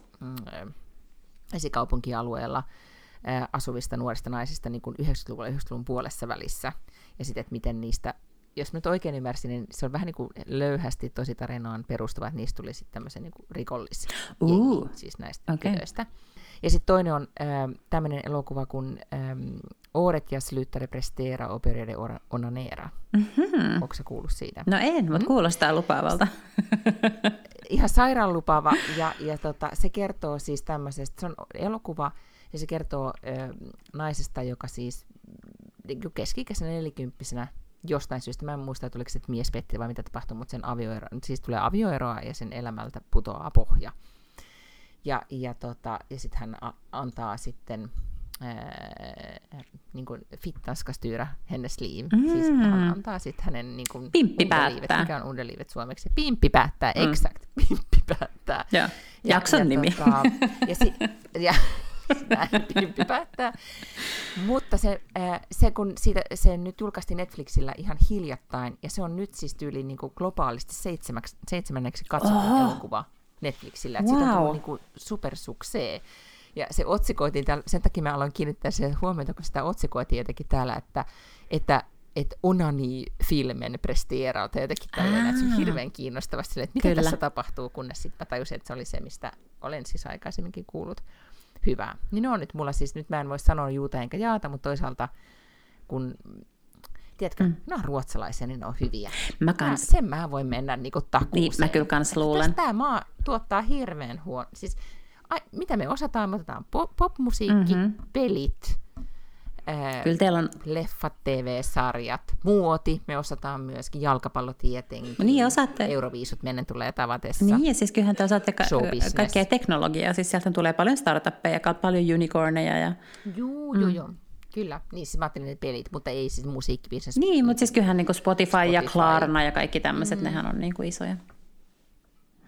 esikaupunkialueella asuvista nuorista naisista niin kuin 90-luvulla ja 90-luvun puolessa välissä. Ja sitten, että miten niistä, jos mä nyt oikein ymmärsin, niin se on vähän niin kuin löyhästi tositarinaan perustuva, että niistä tuli sitten tämmöisen niin rikollisjengi, siis näistä tytöistä. Ja sitten toinen on tämmöinen elokuva kuin Året jag slutade prestera och började onanera. Onko sä kuullut siitä? No en, mutta kuulostaa lupaavalta. Ihan sairaan lupaava, ja se kertoo siis tämmöisestä, se on elokuva, ja se kertoo naisesta, joka siis keski-ikäisenä 40-vuotiaana jostain syystä, mä en muista, että oliko se mies petti vai mitä tapahtui, mutta sen siis tulee avioeroa ja sen elämältä putoaa pohja. Ja sitten hän antaa sitten niin kuin fittanska styra hennes liv. Siis hän antaa sitten hänen niin kuin pimppi päättää. Mikä on underlivet suomeksi? Pimppi päättää, exakt. Pimppi päättää. Jakson nimi. Ja pimppi päättää. Mutta se kun se nyt julkaistiin Netflixillä ihan hiljattain, ja se on nyt siis tyyliin niin kuin globaalisti 7. katsottu elokuva Netflixillä. Wow. Siitä on tullut niin kuin supersuksee. Ja se otsikoitiin, sen takia mä aloin kiinnittää siihen huomiota, kun sitä otsikoitiin jotenkin täällä, että onani-filmen presteeraa tai jotenkin tällainen, että se on hirveän kiinnostavasti, että mitä tässä tapahtuu, kunnes sitten mä tajusin, että se oli se, mistä olen siis aikaisemminkin kuullut. Hyvä. Niin ne on nyt mulla siis, nyt mä en voi sanoa juuta enkä jaata, mutta toisaalta kun, tiedätkö, ne on ruotsalaisia, niin ne on hyviä. Sen mä voin mennä niinku takuuseen. Niin, mä kyllä kans luulen. Tämä maa tuottaa hirveän siis mitä me osataan? Me otetaan popmusiikki, pelit, kyllä teillä on leffat, TV-sarjat, muoti. Me osataan myöskin jalkapallo tietenkin. Niin, osaatte. Euroviisut mennen tulee tavatessa. Niin, ja siis kyllähän te osaatte kaikkea teknologiaa. Siis sieltä tulee paljon startuppeja, paljon unicorneja. Ja Joo. Kyllä, niin siis mä ajattelin ne pelit, mutta ei siis musiikkibisnes. Niin, mutta siis kyllähän niin Spotify ja Klarna ja kaikki tämmöiset, nehän on niin kuin isoja.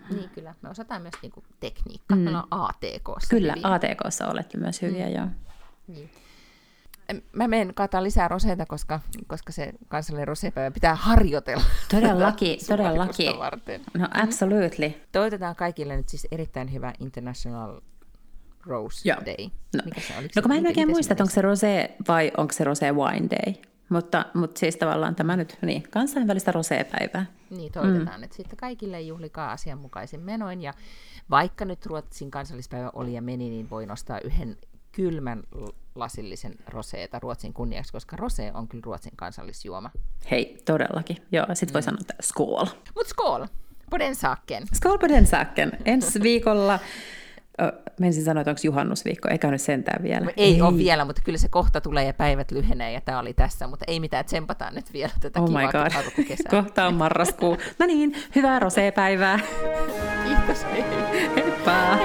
Niin kyllä, me osataan myös niinku tekniikkaa. Meillä on ATK:ssa. Kyllä, hyviä. ATK:ssa olette myös hyviä, joo. Niin. Mä menen kaataa lisää roseita, koska se kansallinen rosepäivä pitää harjoitella. Todellakin. Varten. No, absolutely. Toivotetaan kaikille nyt siis erittäin hyvä International Rose Day. No, kun mä en oikein muista, että onko se rosé vai onko se rosé wine day. Mutta siis tavallaan tämä nyt, niin, kansainvälistä rosepäivää. Niin, toivotetaan, että sitten kaikille juhlikaa asianmukaisin menoin. Ja vaikka nyt Ruotsin kansallispäivä oli ja meni, niin voi nostaa yhden kylmän lasillisen roseeta Ruotsin kunniaksi, koska rosé on kyllä Ruotsin kansallisjuoma. Hei, todellakin. Joo, sit voi sanoa, että skål. Mut skål! På den saken. Skål på den saken. Ensi viikolla, menisin sanoa, että onko juhannusviikko, eikä nyt sentään vielä. Ei ole vielä, mutta kyllä se kohta tulee ja päivät lyhenee ja tämä oli tässä, mutta ei mitään, tsempataan nyt vielä tätä kivaa alkukesää. Kohta on marraskuu. No niin, hyvää roseepäivää. Kiitos. Heippa.